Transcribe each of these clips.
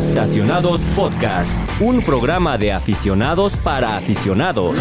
Estacionados Podcast, un programa de aficionados para aficionados.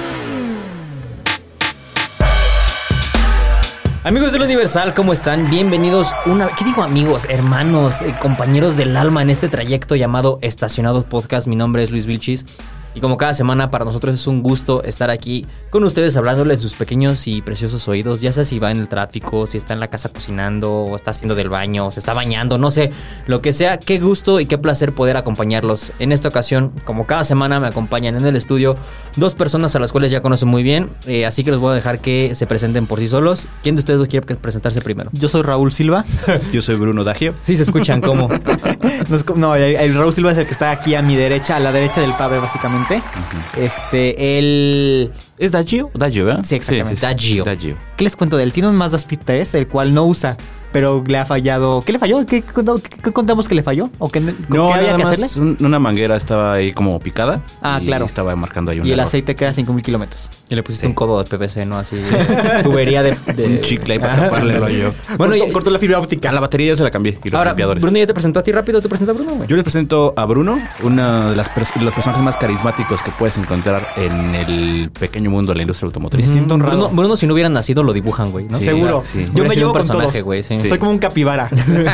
Amigos del Universal, ¿cómo están? Bienvenidos ¿qué digo amigos? Hermanos, compañeros del alma en este trayecto llamado Estacionados Podcast. Mi nombre es Luis Vilchis. Y como cada semana, para nosotros es un gusto estar aquí con ustedes hablándoles en sus pequeños y preciosos oídos. Ya sea si va en el tráfico, si está en la casa cocinando, o está haciendo del baño, o se está bañando, no sé, lo que sea. Qué gusto y qué placer poder acompañarlos. En esta ocasión, como cada semana, me acompañan en el estudio dos personas a las cuales ya conocen muy bien. Así que los voy a dejar que se presenten por sí solos. ¿Quién de ustedes dos quiere presentarse primero? Yo soy Raúl Silva. Yo soy Bruno Daggio. Sí, se escuchan cómo. No, el Raúl Silva es el que está aquí a mi derecha, a la derecha del padre, básicamente. Uh-huh. Él... ¿Es Daggio? Daggio, ¿verdad? Sí, exactamente. Sí. Daggio. ¿Qué les cuento de él? Tiene un Mazda Speed 3, el cual no usa, pero le ha fallado. ¿Qué le falló? ¿Qué contamos que le falló? ¿O qué había que hacerle? Una manguera estaba ahí como picada. Ah, claro. Estaba marcando ahí un Y el error. aceite queda 5,000 kilómetros. Y le pusiste un codo de PVC, ¿no? Así, tubería de... Un chicle ahí para taparle el hoyo. Bueno, cortó la fibra óptica. A la batería ya se la cambié. Y los ahora, limpiadores. Bruno ya te presentó a ti rápido. ¿Te presenta a Bruno, güey? Yo les presento a Bruno, uno de los personajes más carismáticos que puedes encontrar en el pequeño mundo de la industria automotriz. Siento honrado. Bruno, si no hubieran nacido, lo dibujan, güey, ¿no? Sí, seguro. Sí. Yo me llevo con todos. Güey, sí. Soy como un capibara.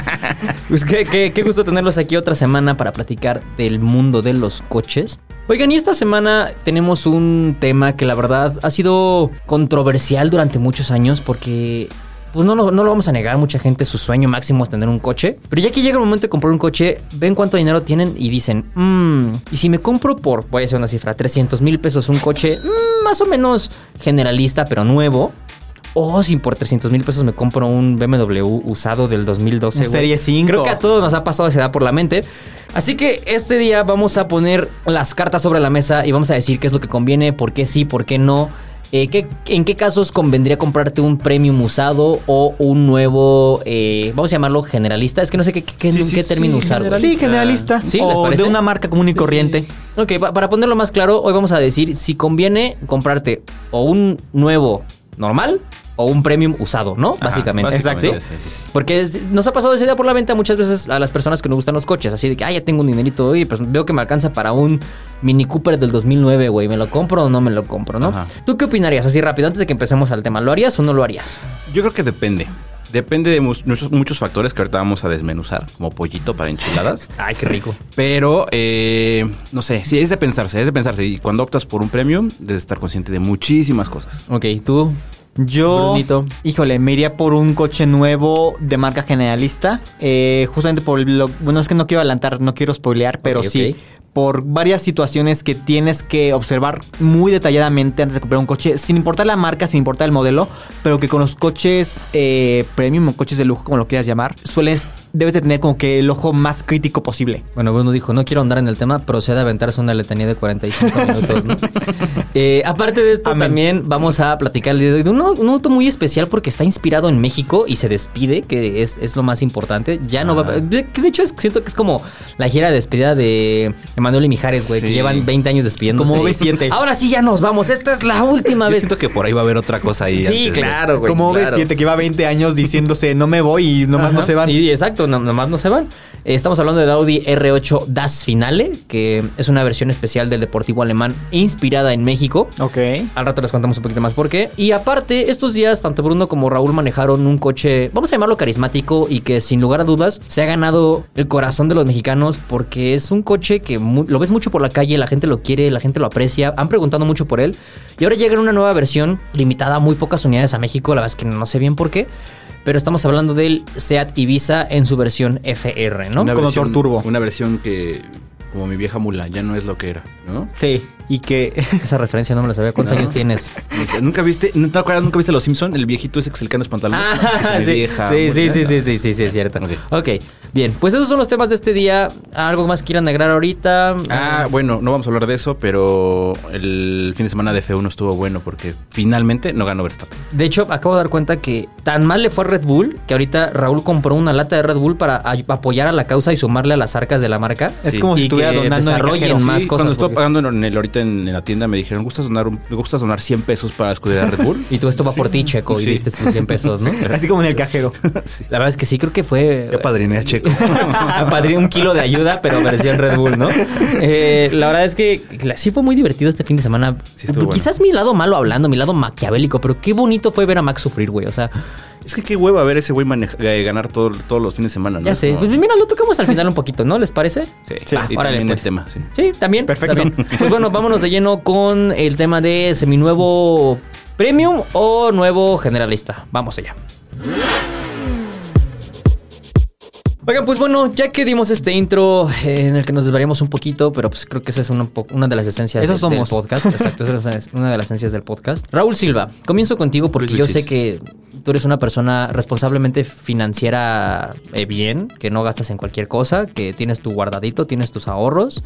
Pues qué gusto tenerlos aquí otra semana para platicar del mundo de los coches. Oigan, y esta semana tenemos un tema que la verdad ha sido controversial durante muchos años porque... Pues no lo vamos a negar, mucha gente su sueño máximo es tener un coche. Pero ya que llega el momento de comprar un coche, ven cuánto dinero tienen y dicen, y si me compro por, voy a hacer una cifra, 300,000 pesos un coche más o menos generalista pero nuevo. O si por 300,000 pesos me compro un BMW usado del 2012. Serie 5. Creo que a todos nos ha pasado esa edad por la mente. Así que este día vamos a poner las cartas sobre la mesa y vamos a decir qué es lo que conviene, por qué sí, por qué no. ¿En qué casos convendría comprarte un premium usado o un nuevo, vamos a llamarlo generalista? Es que no sé qué término usar. Sí, generalista. ¿Sí? O ¿Les parece? de una marca común y corriente. Ok, para ponerlo más claro, hoy vamos a decir si conviene comprarte o un nuevo normal o un premium usado, ¿no? Ajá, básicamente. Exacto. ¿Sí? Porque nos ha pasado esa idea por la venta muchas veces a las personas que nos gustan los coches. Así de que, ya tengo un dinerito hoy, pues veo que me alcanza para un Mini Cooper del 2009, güey. ¿Me lo compro o no me lo compro, no? Ajá. ¿Tú qué opinarías? Así rápido, antes de que empecemos al tema. ¿Lo harías o no lo harías? Yo creo que depende. Depende de muchos factores que ahorita vamos a desmenuzar, como pollito para enchiladas. Ay, qué rico. Pero, no sé, sí, es de pensarse. Y cuando optas por un premium, debes estar consciente de muchísimas cosas. Ok, ¿tú? Yo, Brunito. híjole, me iría por un coche nuevo de marca generalista. Justamente por bueno, es que no quiero adelantar, no quiero spoilear, pero Ok, sí. ok. Por varias situaciones que tienes que observar muy detalladamente antes de comprar un coche, sin importar la marca, sin importar el modelo, pero que con los coches premium o coches de lujo, como lo quieras llamar, debes de tener como que el ojo más crítico posible. Bueno, Bruno dijo, no quiero andar en el tema, procede a aventarse una letanía de 45 minutos, ¿no? Aparte de esto, Amén. También vamos a platicar de un auto muy especial porque está inspirado en México y se despide, que es lo más importante. Ya no va... De hecho, siento que es como la gira de despedida de Emanuel y Mijares, güey, Sí. que llevan 20 años despidiéndose. Como V7. Ahora sí ya nos vamos, esta es la última Yo vez. siento que por ahí va a haber otra cosa ahí. Sí, antes de- claro, güey. Como claro. V7 que lleva 20 años diciéndose no me voy y nomás Ajá. no se van. Y exacto, nomás no se van. Estamos hablando del Audi R8 Das Finale, que es una versión especial del deportivo alemán inspirada en México. Ok. Al rato les contamos un poquito más por qué. Y aparte, estos días, tanto Bruno como Raúl manejaron un coche, vamos a llamarlo carismático, y que sin lugar a dudas se ha ganado el corazón de los mexicanos porque es un coche que lo ves mucho por la calle, la gente lo quiere, la gente lo aprecia, han preguntado mucho por él. Y ahora llega una nueva versión limitada a muy pocas unidades a México, la verdad es que no sé bien por qué. Pero estamos hablando del Seat Ibiza en su versión FR, ¿no? Una Con versión, motor turbo. Una versión que, como mi vieja mula, ya no es lo que era, ¿no? Sí, y que... Esa referencia no me la sabía. ¿Cuántos años tienes? ¿Nunca viste, no te acuerdas, nunca viste Los Simpson? El viejito ese que se le caen los pantalones. Ah, Es mi sí. vieja Sí, mula. sí, es cierto. Ok. Ok, bien. Pues esos son los temas de este día. ¿Algo más quieran agregar ahorita? Bueno, no vamos a hablar de eso, pero el fin de semana de F1 estuvo bueno porque finalmente no ganó Verstappen. De hecho, acabo de dar cuenta que tan mal le fue a Red Bull que ahorita Raúl compró una lata de Red Bull para apoyar a la causa y sumarle a las arcas de la marca. Es Sí. como si Y estuviera que donando en el desarrollen cajero. más Sí, cosas. cuando estuvo porque- pagando en el ahorita en la tienda me dijeron, ¿me gusta donar 100 pesos para la escudería Red Bull? Y tú esto va por ti, Checo, y diste tus 100 pesos, ¿no? Así como en el cajero. La verdad es que sí, creo que fue... Ya padriné a Checo. Apadriné 1 kilo de ayuda, pero versión Red Bull, ¿no? La verdad es que sí fue muy divertido este fin de semana. Sí, estuvo Quizás mi lado malo hablando, mi lado maquiavélico, pero qué bonito fue ver a Max sufrir, güey. O sea, Es que qué hueva ver ese güey ganar todos los fines de semana, ¿no? ya sé. Pues mira, lo tocamos al final un poquito, ¿no? ¿Les parece? Sí, Va, y órale, también pues. el tema, sí. Sí, también. Perfecto. También. Pues bueno, vámonos de lleno con el tema de seminuevo premium o nuevo generalista. Vamos allá. Oigan, pues bueno, ya que dimos este intro en el que nos desvariamos un poquito, pero pues creo que esa es una de las esencias Eso del somos. podcast. Exacto, esa es una de las esencias del podcast. Raúl Silva, comienzo contigo porque Luis yo Vilchis. sé que tú eres una persona responsablemente financiera bien, que no gastas en cualquier cosa, que tienes tu guardadito, tienes tus ahorros.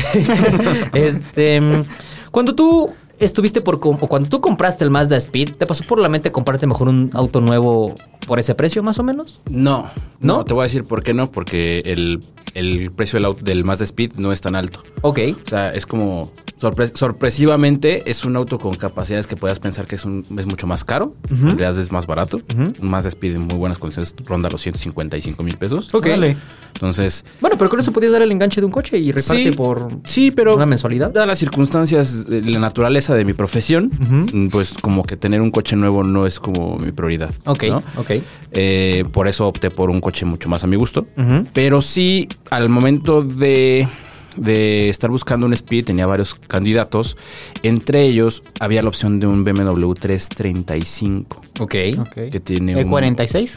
Cuando tú estuviste cuando tú compraste el Mazda Speed, ¿te pasó por la mente comprarte mejor un auto nuevo por ese precio, más o menos? No, ¿No? no, te voy a decir por qué no, porque el precio del Mazda Speed no es tan alto. Ok. O sea, es como sorpresivamente es un auto con capacidades que puedas pensar que es mucho más caro. En realidad es más barato. Un Mazda Speed en muy buenas condiciones ronda los 155 mil pesos. Ok. Órale. Entonces, Bueno, pero con eso podías dar el enganche de un coche y rifarte por sí, pero una mensualidad. dadas las circunstancias, la naturaleza de mi profesión, pues como que tener un coche nuevo no es como mi prioridad. Ok, ¿no? ok. Por eso opté por un coche mucho más a mi gusto. Ujú. Pero sí, al momento de estar buscando un Speed, tenía varios candidatos. Entre ellos había la opción de un BMW 335. Ok. Que tiene ¿El 46?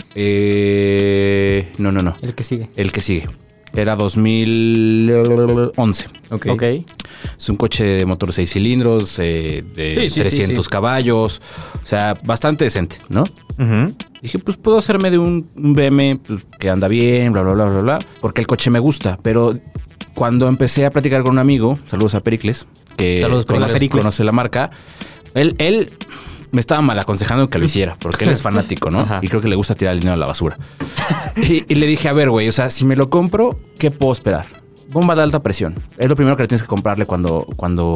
No. El que sigue. El que sigue. Era 2011. Ok. Ok. Es un coche de motor 6 cilindros, de Sí, 300 sí. caballos. O sea, bastante decente, ¿no? Ujú. Dije, pues puedo hacerme de un BM pues, que anda bien, bla, bla, bla, bla, bla. Porque el coche me gusta. Pero cuando empecé a platicar con un amigo, saludos a Pericles, que Saludos, Pericles. conoce la marca, él me estaba mal aconsejando que lo hiciera, porque él es fanático, ¿no? Ajá. Y creo que le gusta tirar el dinero a la basura. y le dije, a ver, güey, o sea, si me lo compro, ¿qué puedo esperar? Bomba de alta presión. Es lo primero que le tienes que comprarle cuando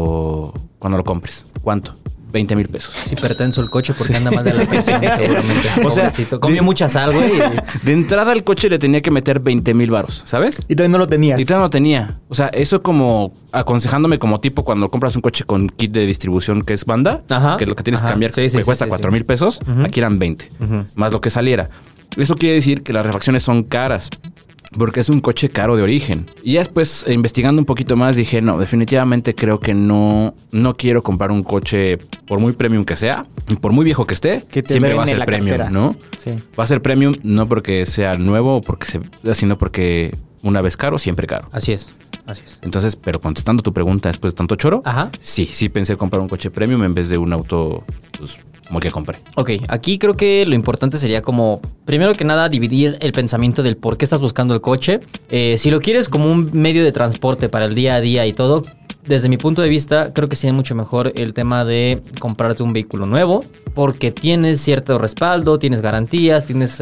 lo compres. ¿Cuánto? 20 mil pesos. Es hipertenso el coche porque anda más de la pensión, seguramente. O sea, Pobrecito. Comió mucha sal, güey. De entrada al coche le tenía que meter 20 mil varos, ¿sabes? Y todavía no lo tenías. Y todavía no lo tenía. O sea, eso como aconsejándome como tipo cuando compras un coche con kit de distribución que es banda, Ajá. que lo que tienes Ajá. que cambiar Sí, sí, que sí, cuesta sí, 4 sí. mil pesos, aquí eran 20, más lo que saliera. Eso quiere decir que las refacciones son caras. Porque es un coche caro de origen. Y ya después, investigando un poquito más, dije, no, definitivamente creo que no quiero comprar un coche, por muy premium que sea, y por muy viejo que esté, Que te siempre va a drene ser la premium, cartera. ¿no? Sí. Va a ser premium no porque sea nuevo o sino porque una vez caro, siempre caro. Así es. Así es. Entonces, pero contestando tu pregunta después de tanto choro, Ajá. sí pensé comprar un coche premium en vez de un auto, pues, como el que compré. Ok, aquí creo que lo importante sería como, primero que nada, dividir el pensamiento del por qué estás buscando el coche. Si lo quieres como un medio de transporte para el día a día y todo, desde mi punto de vista, creo que sería mucho mejor el tema de comprarte un vehículo nuevo, porque tienes cierto respaldo, tienes garantías, tienes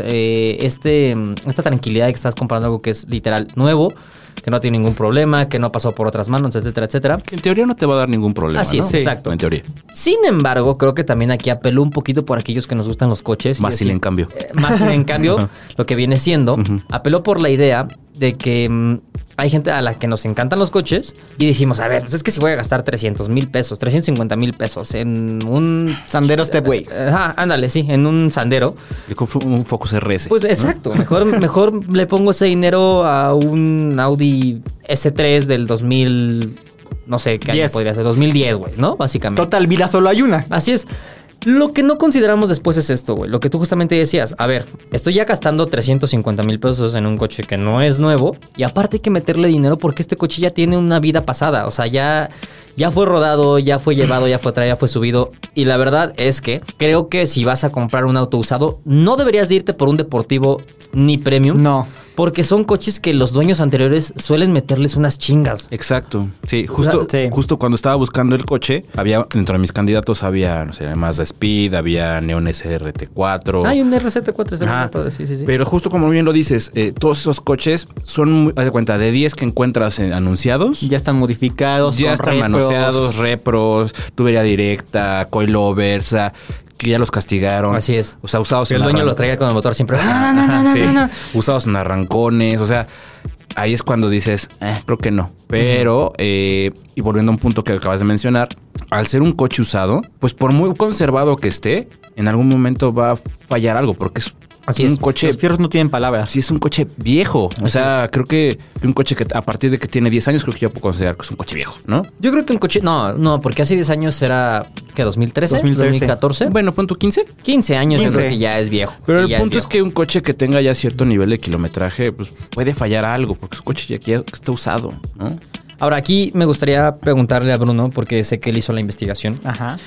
esta tranquilidad de que estás comprando algo que es literal nuevo, que no tiene ningún problema, que no pasó por otras manos, etcétera, etcétera. Que en teoría no te va a dar ningún problema, Así es, ¿no? exacto. En teoría. Sin embargo, creo que también aquí apeló un poquito por aquellos que nos gustan los coches. Más sin en cambio. Más sin en cambio, lo que viene siendo, apeló por la idea de que hay gente a la que nos encantan los coches y decimos, a ver, pues es que si voy a gastar 300 mil pesos, 350 mil pesos en un Sandero Stepway. Ajá, ándale, sí, en un Sandero. Yo con un Focus RS. Pues exacto, mejor le pongo ese dinero a un Audi S3 del 2000, no sé qué año 10. podría ser, 2010, güey, ¿no? Básicamente. Total, vida solo hay una. Así es. Lo que no consideramos después es esto, güey. Lo que tú justamente decías. A ver, estoy ya gastando 350 mil pesos en un coche que no es nuevo. Y aparte hay que meterle dinero porque este coche ya tiene una vida pasada. O sea, ya fue rodado, ya fue llevado, ya fue traído, ya fue subido. Y la verdad es que creo que si vas a comprar un auto usado, no deberías de irte por un deportivo ni premium. No. Porque son coches que los dueños anteriores suelen meterles unas chingas. Exacto. Sí, justo cuando estaba buscando el coche, había dentro de mis candidatos había, no sé, Mazda Speed, había Neon SRT4. Hay un RCT4, sí. Pero justo como bien lo dices, todos esos coches son, haz de cuenta, de 10 que encuentras anunciados. Ya están modificados, ya están manoseados, repros, tubería directa, coilovers, o sea, que ya los castigaron. Así es. O sea, usados el dueño los traía con el motor siempre. Usados en arrancones. O sea, ahí es cuando dices, creo que no. Pero, y volviendo a un punto que acabas de mencionar, al ser un coche usado, pues por muy conservado que esté, en algún momento va a fallar algo, porque es un coche. Los fierros no tienen palabras. Sí, es un coche viejo. O sea, creo que un coche que a partir de que tiene 10 años, creo que ya puedo considerar que es un coche viejo, ¿no? Yo creo que un coche. No, porque hace 10 años era. ¿Qué? ¿2013? ¿2014? Bueno, pon tu 15. 15 años, 15. Yo creo que ya es viejo. Pero el punto es que un coche que tenga ya cierto nivel de kilometraje, pues puede fallar algo, porque es un coche ya está usado, ¿no? Ahora, aquí me gustaría preguntarle a Bruno, porque sé que él hizo la investigación. Ajá.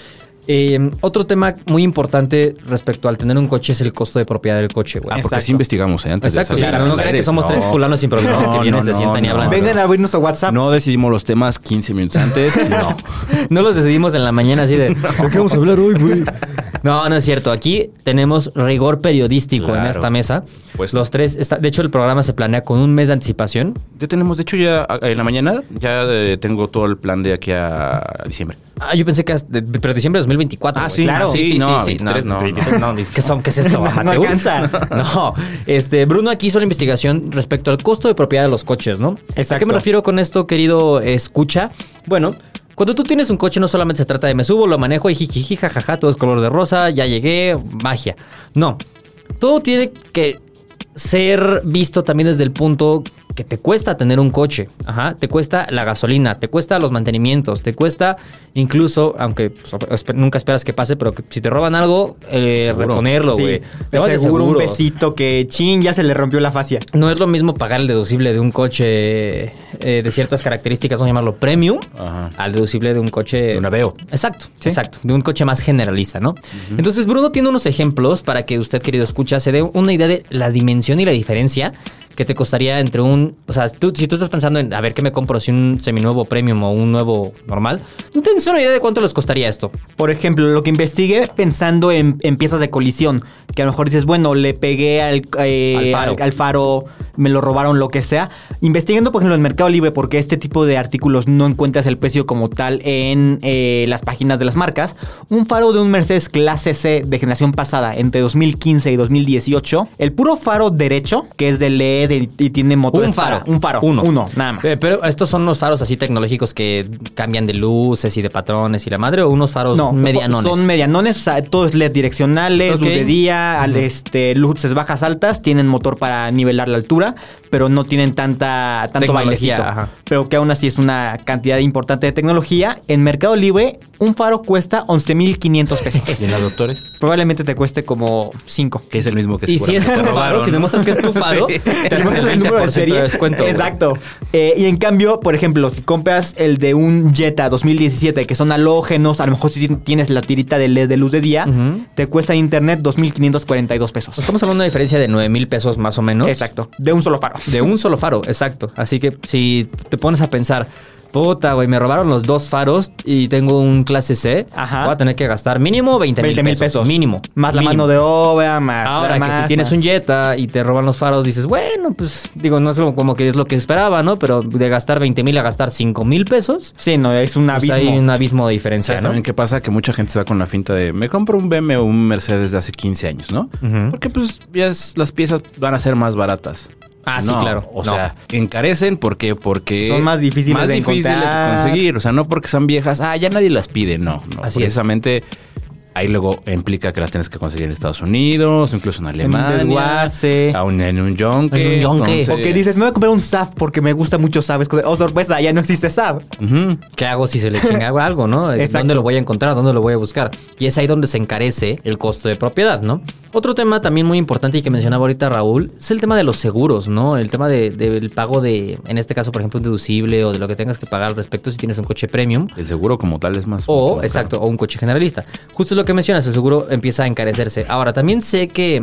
Otro tema muy importante respecto al tener un coche es el costo de propiedad del coche, güey. Porque así investigamos antes. Exacto, de claro, no crean que somos tres fulanos improvisados que vienen, se sientan y hablan. Vengan a abrir nuestro WhatsApp. No decidimos los temas 15 minutos antes. No los decidimos en la mañana así de... ¿De qué vamos a hablar hoy, güey? No es cierto. Aquí tenemos rigor periodístico en esta mesa. Pues, los tres... de hecho, el programa se planea con un mes de anticipación. Ya tenemos, de hecho, ya en la mañana ya tengo todo el plan de aquí a diciembre. Yo pensé que pero diciembre de 2024. Sí, claro. Sí. 23, no. ¿Qué es esto? No alcanza. No. Bruno aquí hizo la investigación respecto al costo de propiedad de los coches, ¿no? Exacto. ¿A qué me refiero con esto, querido escucha? Bueno, cuando tú tienes un coche no solamente se trata de me subo, lo manejo y jijiji, jajaja, todo es color de rosa, ya llegué, magia. No. Todo tiene que ser visto también desde el punto que te cuesta tener un coche. Ajá, te cuesta la gasolina, te cuesta los mantenimientos, te cuesta incluso, aunque pues, nunca esperas que pase, pero que si te roban algo, reponerlo, güey. Sí, seguro un besito que ya se le rompió la fascia. No es lo mismo pagar el deducible de un coche de ciertas características, vamos a llamarlo premium, al deducible de un coche... De un Aveo. Exacto, de un coche más generalista, ¿no? Entonces, Bruno tiene unos ejemplos para que usted, querido escucha, se dé una idea de la dimensión y la diferencia que te costaría entre un... O sea, si tú estás pensando en, a ver, ¿qué me compro? Si un seminuevo premium o un nuevo normal, no tienes una idea de cuánto les costaría esto. Por ejemplo, lo que investigué pensando en piezas de colisión, que a lo mejor dices, bueno, le pegué al faro, me lo robaron, lo que sea. Investigando, por ejemplo, en Mercado Libre, porque este tipo de artículos no encuentras el precio como tal en las páginas de las marcas. Un faro de un Mercedes clase C de generación pasada, entre 2015 y 2018, el puro faro derecho, que es de LED y tiene motores. Uno, nada más. Pero estos son unos faros así tecnológicos que cambian de luces y de patrones y la madre, o unos faros medianones. Son medianones, o sea, todo es LED direccionales, luz de día, luces bajas altas, tienen motor para nivelar la altura, pero no tienen tanto bailecito. Pero que aún así es una cantidad importante de tecnología. En Mercado Libre, un faro cuesta 11,500 pesos. ¿Y en los doctores? Probablemente te cueste como 5. Que es el mismo que y si es tu faro, si demuestras que es tu faro, te pones el número de serie. Descuento, exacto. Y en cambio, por ejemplo, si compras el de un Jetta 2017, que son halógenos, a lo mejor si tienes la tirita de LED de luz de día, te cuesta en internet 2,542 pesos. Estamos hablando de una diferencia de 9,000 pesos más o menos. Exacto. De un solo faro. De un solo faro, exacto. Así que si te pones a pensar, puta, güey, me robaron los dos faros y tengo un clase C. Voy a tener que gastar mínimo 20,000 pesos. Mínimo. Más la mano de obra, más... Ahora que si tienes un Jetta y te roban los faros, dices, bueno, pues, digo, no es como que es lo que esperaba, ¿no? Pero de gastar 20,000 a gastar 5,000 pesos. Sí, no, es un abismo. Hay un abismo de diferencia, ¿sabes ¿no? También qué pasa? Que mucha gente se va con la finta de, me compro un BMW o un Mercedes de hace 15 años, ¿no? Porque pues ya las piezas van a ser más baratas. Sí, claro. O sea, encarecen porque son más difíciles de conseguir. O sea, no porque son viejas, ya nadie las pide. No. Así precisamente ahí luego implica que las tienes que conseguir en Estados Unidos, incluso en Alemania. En un desguace. En un yonque. O que dices, me voy a comprar un SAF porque me gusta mucho SAF. Oh, sorpresa, ya no existe SAF. ¿Qué hago si se le chinga algo, no? ¿Dónde lo voy a encontrar? ¿Dónde lo voy a buscar? Y es ahí donde se encarece el costo de propiedad, ¿no? Otro tema también muy importante y que mencionaba ahorita Raúl es el tema de los seguros, ¿no? El tema del pago de, en este caso, por ejemplo, un deducible o de lo que tengas que pagar al respecto si tienes un coche premium. El seguro como tal es más... Exacto, o un coche generalista. Justo es lo que mencionas, el seguro empieza a encarecerse. Ahora, también sé que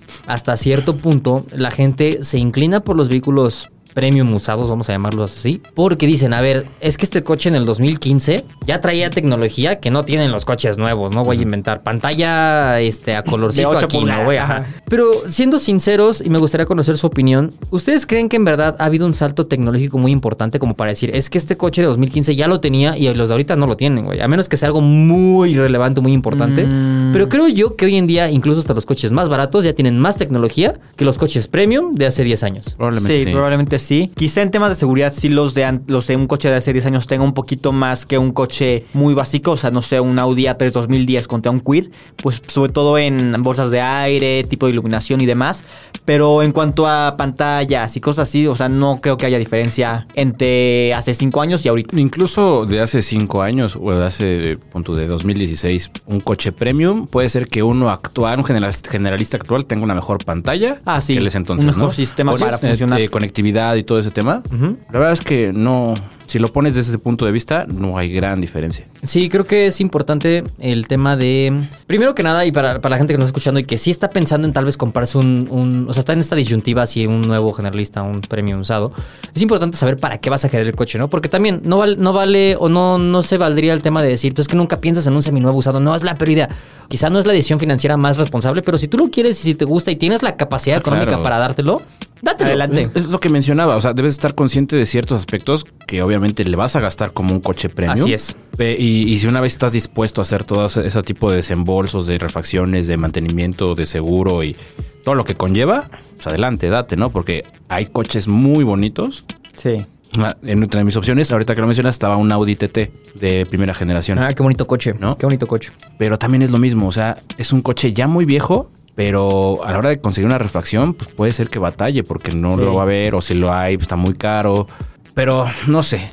hasta cierto punto la gente se inclina por los vehículos premium usados, vamos a llamarlos así, porque dicen, a ver, es que este coche en el 2015 ya traía tecnología que no tienen los coches nuevos, no voy a inventar pantalla a colorcito de 8 aquí, pulgadas, no voy a... Pero siendo sinceros, y me gustaría conocer su opinión, ¿ustedes creen que en verdad ha habido un salto tecnológico muy importante como para decir, es que este coche de 2015 ya lo tenía y los de ahorita no lo tienen, güey? A menos que sea algo muy relevante, muy importante. Pero creo yo que hoy en día, incluso hasta los coches más baratos ya tienen más tecnología que los coches premium de hace 10 años. Probablemente sí. Quizá en temas de seguridad sí los de un coche de hace 10 años tenga un poquito más que un coche muy básico, o sea, no sé, un Audi A3 2010 contra un Kwid, pues sobre todo en bolsas de aire, tipo de iluminación y demás, pero en cuanto a pantallas y cosas así, o sea, no creo que haya diferencia entre hace 5 años y ahorita. Incluso de hace 5 años o de hace, punto de 2016, un coche premium puede ser que uno actual, un generalista actual tenga una mejor pantalla sí, que les entonces, un mejor sistema para funcionar. Conectividad y todo ese tema. La verdad es que no... Si lo pones desde ese punto de vista, no hay gran diferencia. Sí, creo que es importante el tema de... Primero que nada, y para la gente que nos está escuchando y que sí está pensando en tal vez comprarse o sea, está en esta disyuntiva si un nuevo generalista, un premium usado, es importante saber para qué vas a querer el coche, ¿no? Porque también no vale o no se valdría el tema de decir, pues es que nunca piensas en un seminuevo usado. No es la peor idea. Quizá no es la decisión financiera más responsable, pero si tú lo quieres y si te gusta y tienes la capacidad económica para dártelo, dátelo. Adelante. Es lo que mencionaba. O sea, debes estar consciente de ciertos aspectos que obviamente le vas a gastar como un coche premium. Así es. Y si una vez estás dispuesto a hacer todo ese tipo de desembolsos, de refacciones, de mantenimiento, de seguro y todo lo que conlleva, pues adelante, date, ¿no? Porque hay coches muy bonitos. Sí. Entre mis opciones, ahorita que lo mencionas, estaba un Audi TT de primera generación. Qué bonito coche, ¿no? Qué bonito coche. Pero también es lo mismo. O sea, es un coche ya muy viejo, pero a la hora de conseguir una refacción, pues puede ser que batalle porque no lo va a ver, o si lo hay, pues está muy caro. Pero no sé,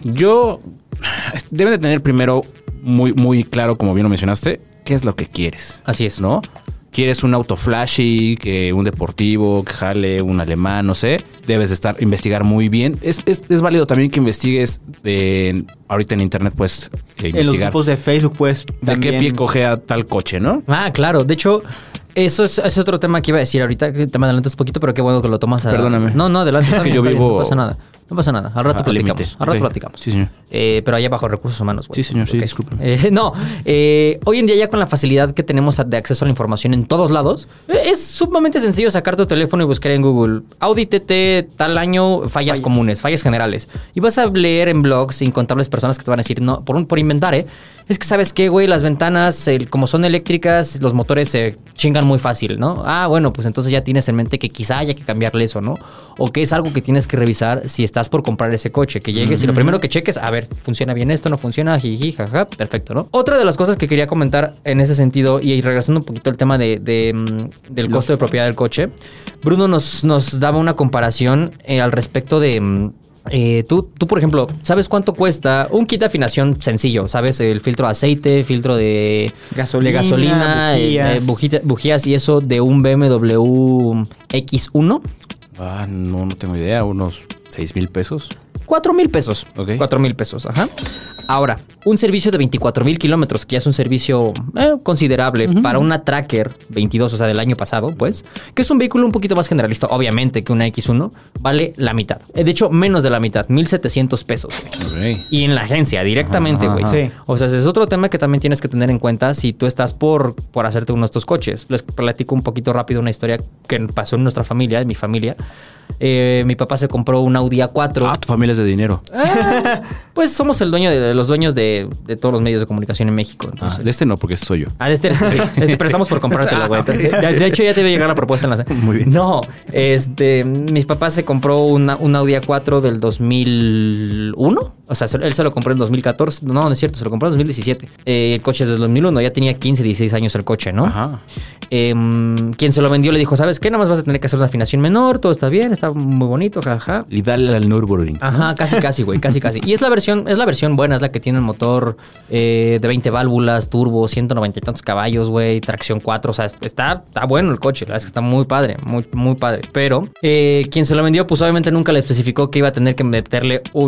deben de tener primero muy, muy claro, como bien lo mencionaste, qué es lo que quieres. Así es. ¿No? ¿Quieres un auto flashy, un deportivo, que jale, un alemán, no sé? Debes de investigar muy bien. Es válido también que investigues ahorita en internet, pues, investigar. En los grupos de Facebook, pues, de qué pie cojea tal coche, ¿no? Claro. De hecho, eso es otro tema que iba a decir ahorita, que te me adelantas un poquito, pero qué bueno que lo tomas. Perdóname. No, adelante. Es que yo vivo... No pasa nada. No pasa nada. Al rato platicamos. Límite. Al rato platicamos. Sí, señor. Pero allá bajo recursos humanos, güey. Sí, señor. Sí, disculpe. Hoy en día ya con la facilidad que tenemos de acceso a la información en todos lados, es sumamente sencillo sacar tu teléfono y buscar en Google Audi TT tal año, fallas comunes, fallas generales. Y vas a leer en blogs incontables personas que te van a decir, no, por inventar, es que ¿sabes qué, güey? Las ventanas, como son eléctricas, los motores se chingan muy fácil, ¿no? Bueno, pues entonces ya tienes en mente que quizá haya que cambiarle eso, ¿no? O que es algo que tienes que revisar si estás por comprar ese coche. Que llegues y lo primero que cheques, a ver, ¿funciona bien esto? ¿No funciona? Jiji, jaja, perfecto, ¿no? Otra de las cosas que quería comentar en ese sentido, y regresando un poquito al tema del costo de propiedad del coche, Bruno nos daba una comparación al respecto de... Tú, por ejemplo, ¿sabes cuánto cuesta un kit de afinación sencillo? ¿Sabes? El filtro de aceite, filtro de gasolina, bujías y eso de un BMW X1. No tengo idea. Unos 6,000 pesos. 4,000 pesos. Ok. 4,000 pesos, ajá. Ahora, un servicio de 24,000 kilómetros, que ya es un servicio considerable para una Tracker 22, o sea, del año pasado, pues, que es un vehículo un poquito más generalista, obviamente, que una X1, vale la mitad. De hecho, menos de la mitad, 1,700 pesos. Okay. Y en la agencia, directamente, güey. Sí. O sea, ese es otro tema que también tienes que tener en cuenta si tú estás por hacerte uno de estos coches. Les platico un poquito rápido una historia que pasó en nuestra familia, en mi familia. Mi papá se compró un Audi A4. Tu familia es de dinero. Pues somos los dueños de todos los medios de comunicación en México. Entonces. De este no, porque soy yo. Sí. Pero estamos por comprártelo, güey. De hecho, ya te iba a llegar la propuesta en la... Muy bien. No, mis papás se compró un Audi A4 del 2001. O sea, él se lo compró en 2014. No es cierto, se lo compró en 2017. El coche es del 2001. Ya tenía 15, 16 años el coche, ¿no? Ajá. Quien se lo vendió le dijo, ¿sabes qué? Nada más vas a tener que hacer una afinación menor. Todo está bien, está muy bonito, jaja. Y dale al Nürburgring. Ajá, casi, güey, casi. Y es la versión buena, es la que tiene el motor de 20 válvulas, turbo, 190 y tantos caballos, güey, tracción 4, o sea, está bueno el coche, la verdad es que está muy padre, muy padre. Pero quien se lo vendió, pues obviamente nunca le especificó que iba a tener que meterle un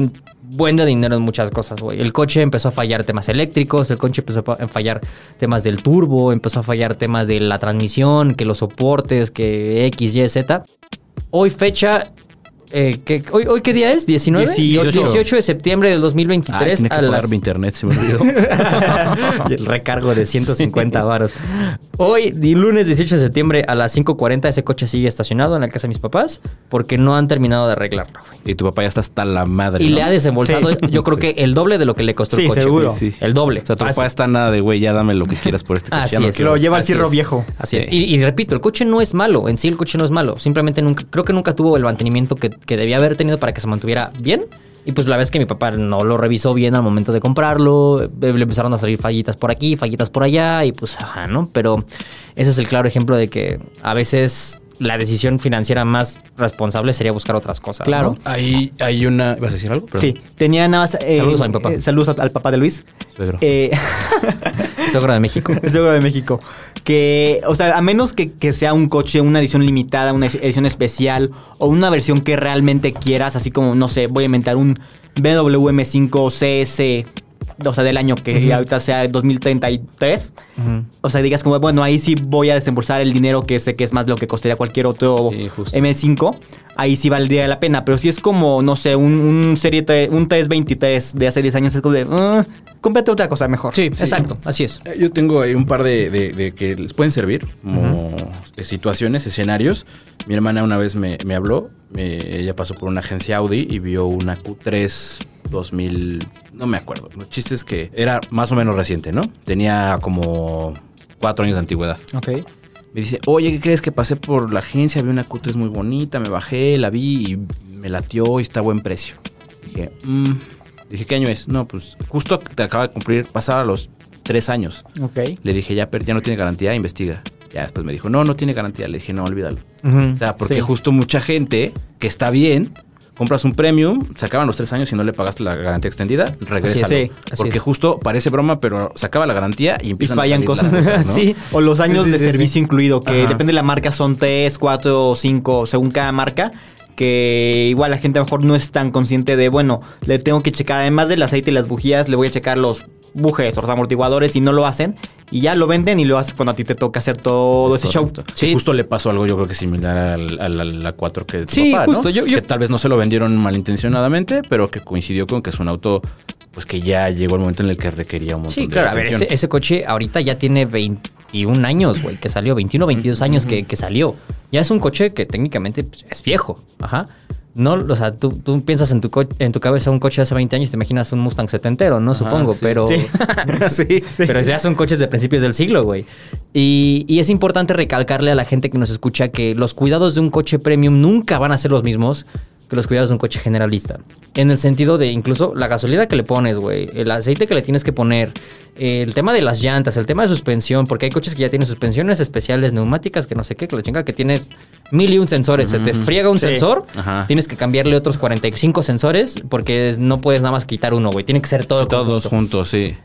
buen de dinero en muchas cosas, güey. El coche empezó a fallar temas eléctricos, el coche empezó a fallar temas del turbo, empezó a fallar temas de la transmisión, que los soportes, que X, Y, Z. Hoy fecha... ¿Hoy qué día es? ¿19? 18 de septiembre del 2023. Tenía que pagar mi internet, se me olvidó. Y el recargo de 150 varos. Hoy, lunes 18 de septiembre a las 5:40, ese coche sigue estacionado en la casa de mis papás porque no han terminado de arreglarlo, güey. Y tu papá ya está hasta la madre, Y ¿no? le ha desembolsado, yo creo que el doble de lo que le costó el coche. Seguro. Sí. El doble. O sea, tu Fácil. papá está nada de, güey, ya dame lo que quieras por este coche. Así Ya no es. Que lo lleva al Así cirro es. viejo. Así es. Sí. Y repito, el coche no es malo. En sí, el coche no es malo. Simplemente creo que nunca tuvo el mantenimiento que debía haber tenido para que se mantuviera bien. Y pues la vez que mi papá no lo revisó bien al momento de comprarlo, le empezaron a salir fallitas por aquí, fallitas por allá, y pues, ajá, ¿no? Pero ese es el claro ejemplo de que a veces la decisión financiera más responsable sería buscar otras cosas. Claro. ¿no? Ahí hay una... ¿Vas a decir algo? Perdón. Sí, tenía nada más... Saludos a mi papá. Saludos al papá de Luis. Suegro. Suegro de México. El Seguro de México. Que, o sea, a menos que sea un coche, una edición limitada, una edición especial o una versión que realmente quieras, así como, no sé, voy a inventar un BMW M5 CS, o sea, del año que ahorita sea 2033. O sea, digas como, bueno, ahí sí voy a desembolsar el dinero que sé que es más de lo que costaría cualquier otro Sí, justo. M5. Ahí sí valdría la pena. Pero si es como, no sé, un serie 3, un 323 de hace 10 años, es como de, cómprate otra cosa mejor. Sí, exacto. Así es. Yo tengo ahí un par de que les pueden servir como situaciones, escenarios. Mi hermana una vez me habló. Ella pasó por una agencia Audi y vio una Q3 2000... No me acuerdo. El chiste es que era más o menos reciente, ¿no? Tenía como 4 años de antigüedad. Ok. Me dice, oye, ¿qué crees? Que pasé por la agencia, vi una Q3 muy bonita, me bajé, la vi y me latió y está a buen precio. Dije, ¿qué año es? No, pues justo te acaba de cumplir, pasaba los 3 años. Ok. Le dije, ya no tiene garantía, investiga. Ya después me dijo, no tiene garantía. Le dije, no, olvídalo. O sea, porque Sí. justo mucha gente que está bien, compras un premium, se acaban los 3 años y no le pagaste la garantía extendida, regrésalo. Así es, así Porque es. justo parece broma, pero se acaba la garantía y Y empiezan fallan a salir cosas. las ¿no? Sí. O los años Sí, de sí, servicio incluido, que Ajá. depende de la marca, son 3, 4 o 5 según cada marca. Que igual la gente a lo mejor no es tan consciente de, bueno, le tengo que checar, además del aceite y las bujías, le voy a checar los bujes o los amortiguadores y no lo hacen. Y ya lo venden y lo haces cuando a ti te toca hacer todo Es ese show. correcto. Sí. Sí, justo le pasó algo, yo creo que similar a la 4 que tu Sí, papá, justo, ¿no? yo- Que tal vez no se lo vendieron malintencionadamente, pero que coincidió con que es un auto, pues que ya llegó el momento en el que requería un montón Sí, de claro. A ver, atención. ese coche ahorita ya tiene 21 años, güey, que salió. 21, 22 años que salió. Ya es un coche que técnicamente pues, es viejo. Ajá. No, o sea, tú piensas en tu cabeza un coche de hace 20 años y te imaginas un Mustang setentero, ¿no? Supongo, sí. pero... Sí. Pero ya son coches de principios del siglo, güey. Y es importante recalcarle a la gente que nos escucha que los cuidados de un coche premium nunca van a ser los mismos que los cuidados de un coche generalista. En el sentido de incluso la gasolina que le pones, güey, el aceite que le tienes que poner, el tema de las llantas, el tema de suspensión, porque hay coches que ya tienen suspensiones especiales, neumáticas, que no sé qué, que la chinga que tienes 1001 sensores, se te friega un Sí. sensor, Ajá. tienes que cambiarle otros 45 sensores porque no puedes nada más quitar uno, güey, tiene que ser todo el Todos conjunto. juntos, sí.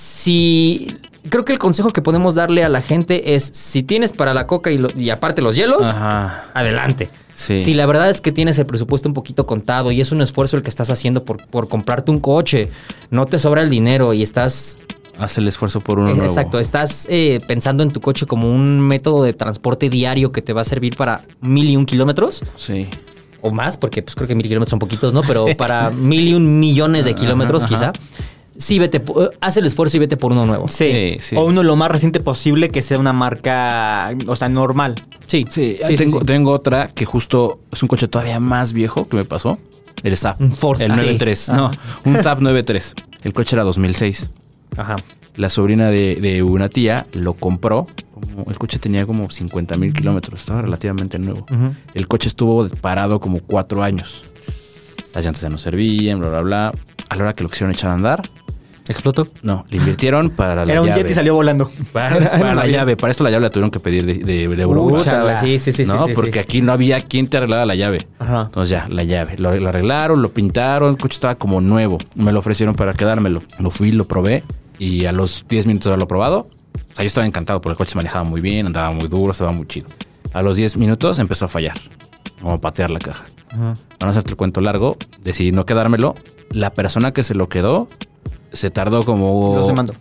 Si creo que el consejo que podemos darle a la gente es si tienes para la coca y aparte los hielos, Ajá. adelante. Sí. Si la verdad es que tienes el presupuesto un poquito contado y es un esfuerzo el que estás haciendo por comprarte un coche, no te sobra el dinero y estás Haz el esfuerzo por uno nuevo. exacto, estás pensando en tu coche como un método de transporte diario que te va a servir para 1001 kilómetros. Sí. O más, porque pues creo que 1000 kilómetros son poquitos, ¿no? Pero para 1001 millones de kilómetros, Ajá. quizá. Sí, haz el esfuerzo y vete por uno nuevo. Sí. Sí. O uno lo más reciente posible que sea una marca, o sea, normal. Sí, Sí, tengo otra que justo es un coche todavía más viejo que me pasó. El Zap. Un Ford El T. 93. No, un Zap 93. El coche era 2006. Ajá. La sobrina de una tía lo compró. El coche tenía como 50,000 kilómetros. Estaba relativamente nuevo. El coche estuvo parado como 4 años. Las llantas ya no servían, bla, bla, bla. A la hora que lo quisieron echar a andar, ¿Explotó? no, le invirtieron para la Era un llave. jet y salió volando. Para la llave. Para esto la llave la tuvieron que pedir de Europa. Puta, güey. Sí, ¿No? sí, Porque aquí no había quien te arreglara la llave. Ajá. Entonces ya, la llave. Lo arreglaron, lo pintaron. El coche estaba como nuevo. Me lo ofrecieron para quedármelo. Lo fui, lo probé. Y a los 10 minutos de haberlo probado, o sea, yo estaba encantado porque el coche se manejaba muy bien, andaba muy duro, estaba muy chido. A los 10 minutos empezó a fallar. como patear la caja. Para no hacerte el cuento largo, decidí no quedármelo. La persona que se lo quedó se tardó como...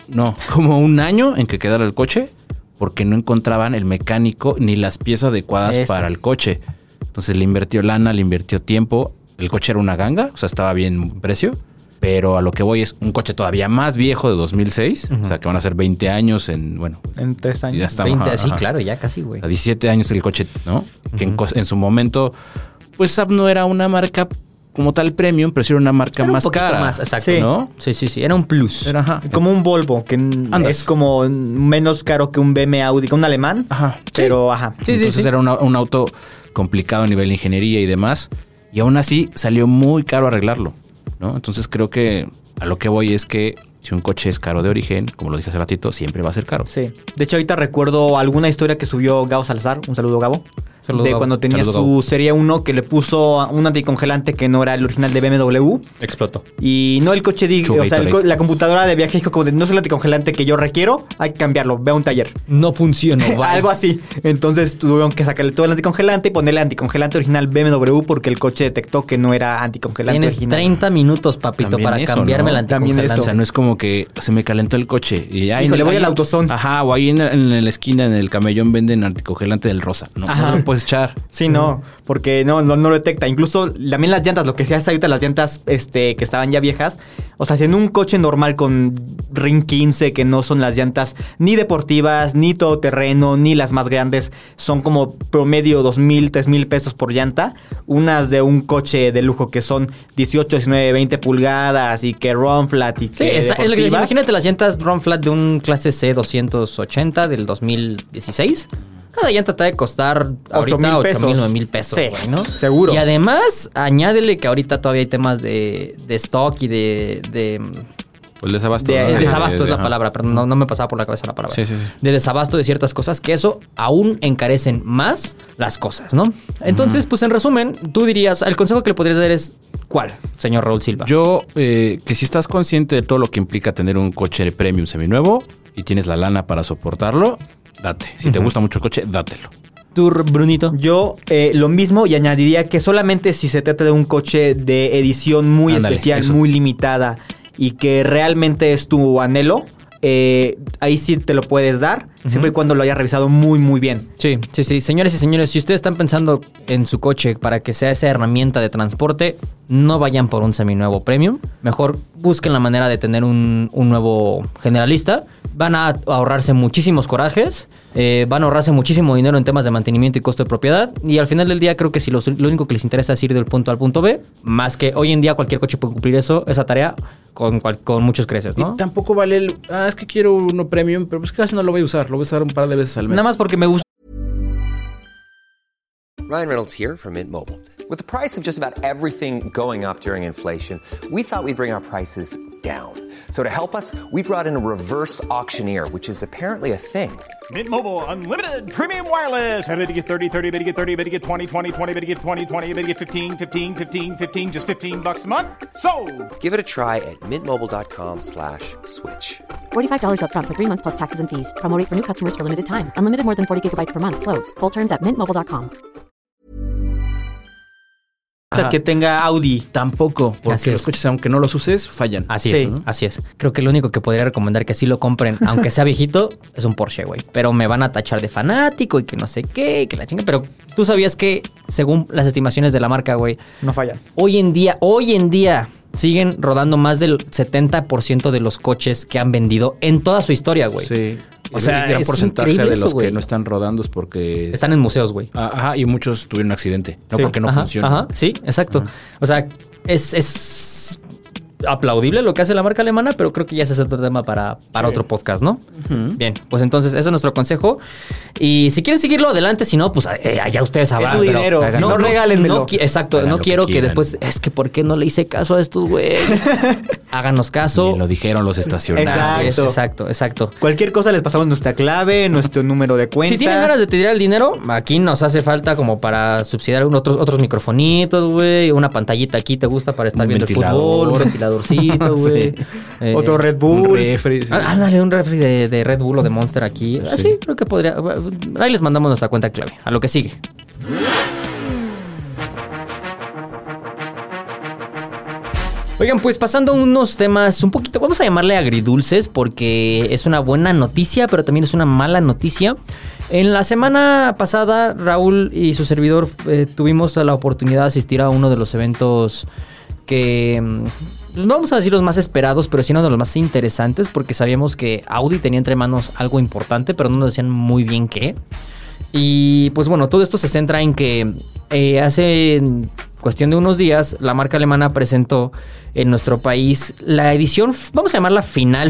como un año en que quedara el coche porque no encontraban el mecánico ni las piezas adecuadas para el coche. Entonces le invirtió lana, le invirtió tiempo. El coche era una ganga, o sea, estaba bien precio. Pero a lo que voy es un coche todavía más viejo de 2006. O sea, que van a ser 20 años en 3 años. Ya estamos, 20, sí, claro, ya casi, güey. A 17 años el coche, ¿no? Que en su momento, pues Saab no era una marca como tal premium, pero sí era una marca Era más un poquito cara. más, exacto. Sí. ¿No? Sí, era un plus. Era, Como un Volvo, que es como menos caro que un BMW Audi, que un alemán. Ajá. Pero, Entonces era un auto complicado a nivel de ingeniería y demás. Y aún así salió muy caro arreglarlo, ¿no? Entonces creo que a lo que voy es que si un coche es caro de origen, como lo dije hace ratito, siempre va a ser caro. Sí. De hecho, ahorita recuerdo alguna historia que subió Gabo Salazar. Un saludo, Gabo. Saludo, Gabo. Cuando tenía Saludo, su Gabo. Serie 1 que le puso un anticongelante que no era el original de BMW. Explotó. Y no el coche, Chugatorade. la computadora de viaje dijo como de, no es el anticongelante que yo requiero, hay que cambiarlo, ve a un taller. No funcionó, Algo así. Entonces tuvieron que sacarle todo el anticongelante y ponerle anticongelante original BMW porque el coche detectó que no era anticongelante Tienes original. 30 minutos, papito, También para eso, cambiarme ¿no? el También anticongelante. O sea, no es como que se me calentó el coche y ahí Híjole, voy al AutoZone. Ajá, o ahí en la esquina, en el camellón, venden anticongelante del rosa. No, Ajá. no lo puedes echar. Sí, no, porque no lo detecta. Incluso también las llantas, lo que se hace ahorita, las llantas que estaban ya viejas. O sea, si en un coche normal con Ring 15, que no son las llantas ni deportivas, ni todoterreno, ni las más grandes, son como promedio 2,000, 3,000 pesos por llanta. Unas de un coche de lujo que son 18, 19, 20 pulgadas y que run flat y Sí, que es lo que les digo. deportivas. Imagínate las llantas run flat de un clase C 280 del 2016. Cada llanta te debe costar ahorita 8,000 8,000, pesos. 9,000 pesos, Sí, güey, ¿no? seguro. Y además, añádele que ahorita todavía hay temas de stock y de El desabasto. De- ¿no? de desabasto es la Ajá. palabra, pero no me pasaba por la cabeza la palabra. Sí. De desabasto de ciertas cosas, que eso aún encarecen más las cosas, ¿no? Entonces, pues en resumen, tú dirías, el consejo que le podrías dar es, ¿cuál, señor Raúl Silva? Yo, que si estás consciente de todo lo que implica tener un coche de premium seminuevo y tienes la lana para soportarlo, date. Si te gusta mucho el coche, dátelo. ¿Tú, Brunito? Yo lo mismo y añadiría que solamente si se trata de un coche de edición muy Ándale, especial, eso. muy limitada y que realmente es tu anhelo, ahí sí te lo puedes dar, siempre y cuando lo hayas revisado muy, muy bien. Sí. Señores y señores, si ustedes están pensando en su coche para que sea esa herramienta de transporte, no vayan por un seminuevo premium. Mejor busquen la manera de tener un nuevo generalista. Van a ahorrarse muchísimos corajes, van a ahorrarse muchísimo dinero en temas de mantenimiento y costo de propiedad. Y al final del día creo que si lo único que les interesa es ir del punto A al punto B, más que hoy en día cualquier coche puede cumplir esa tarea con muchos creces, ¿no? Y tampoco vale es que quiero uno premium, pero pues casi no lo voy a usar. Lo voy a usar un par de veces al mes. Nada más porque me gusta. Ryan Reynolds here from Mint Mobile. With the price of just about everything going up during inflation, we thought we'd bring our prices down. So to help us, we brought in a reverse auctioneer, which is apparently a thing. Mint Mobile Unlimited Premium Wireless. How to get 30, 30, bit to get 30, bit to get 20, 20, 20, bit to get 20, 20, bit to get 15, 15, 15, 15, just $15 a month? Sold! Give it a try at mintmobile.com/switch. $45 up front for 3 months plus taxes and fees. Promo rate for new customers for limited time. Unlimited more than 40 gigabytes per month. Slows full terms at mintmobile.com. Que tenga Audi. Tampoco, porque Así los es. coches, aunque no los uses, fallan. Así Sí. es, ¿no? Así es. Creo que lo único que podría recomendar que sí lo compren, aunque sea viejito, es un Porsche, güey. Pero me van a tachar de fanático y que no sé qué, y que la chinga. Pero tú sabías que, según las estimaciones de la marca, güey, No fallan. hoy en día, siguen rodando más del 70% de los coches que han vendido en toda su historia, güey. Sí. O sea, el gran es porcentaje increíble de eso, los güey. que no están rodando es porque... Están en museos, güey. Ajá, y muchos tuvieron un accidente. No Sí. porque no Ajá, funciona. Ajá, sí, exacto. O sea, es aplaudible lo que hace la marca alemana, pero creo que ya ese es otro tema para otro podcast, ¿no? Bien, pues entonces ese es nuestro consejo. Y si quieren seguirlo, adelante. Si no, pues allá ustedes sabrán. su pero dinero, no regálenmelo. Exacto, Hagan no lo que quiero que quieran. después... Es que ¿por qué no le hice caso a estos güeyes? Háganos caso. Y lo dijeron los estacionarios. Así es, Exacto. exacto. Cualquier cosa les pasamos nuestra clave, nuestro número de cuenta. Si tienen ganas de tirar el dinero, aquí nos hace falta como para subsidiar otros microfonitos, güey. Una pantallita aquí te gusta para estar Un viendo el ventilador. fútbol, un ventiladorcito, güey. Sí. Otro Red Un Bull. refri. Sí. Ándale, un refri de Red Bull o de Monster aquí. Así creo que podría. Ahí les mandamos nuestra cuenta clave. A lo que sigue. Oigan, pues pasando a unos temas un poquito, vamos a llamarle agridulces, porque es una buena noticia, pero también es una mala noticia. En la semana pasada, Raúl y su servidor tuvimos la oportunidad de asistir a uno de los eventos que... no vamos a decir los más esperados, pero sí uno de los más interesantes, porque sabíamos que Audi tenía entre manos algo importante, pero no nos decían muy bien qué. Y pues bueno, todo esto se centra en que hace cuestión de unos días la marca alemana presentó en nuestro país la edición, vamos a llamarla final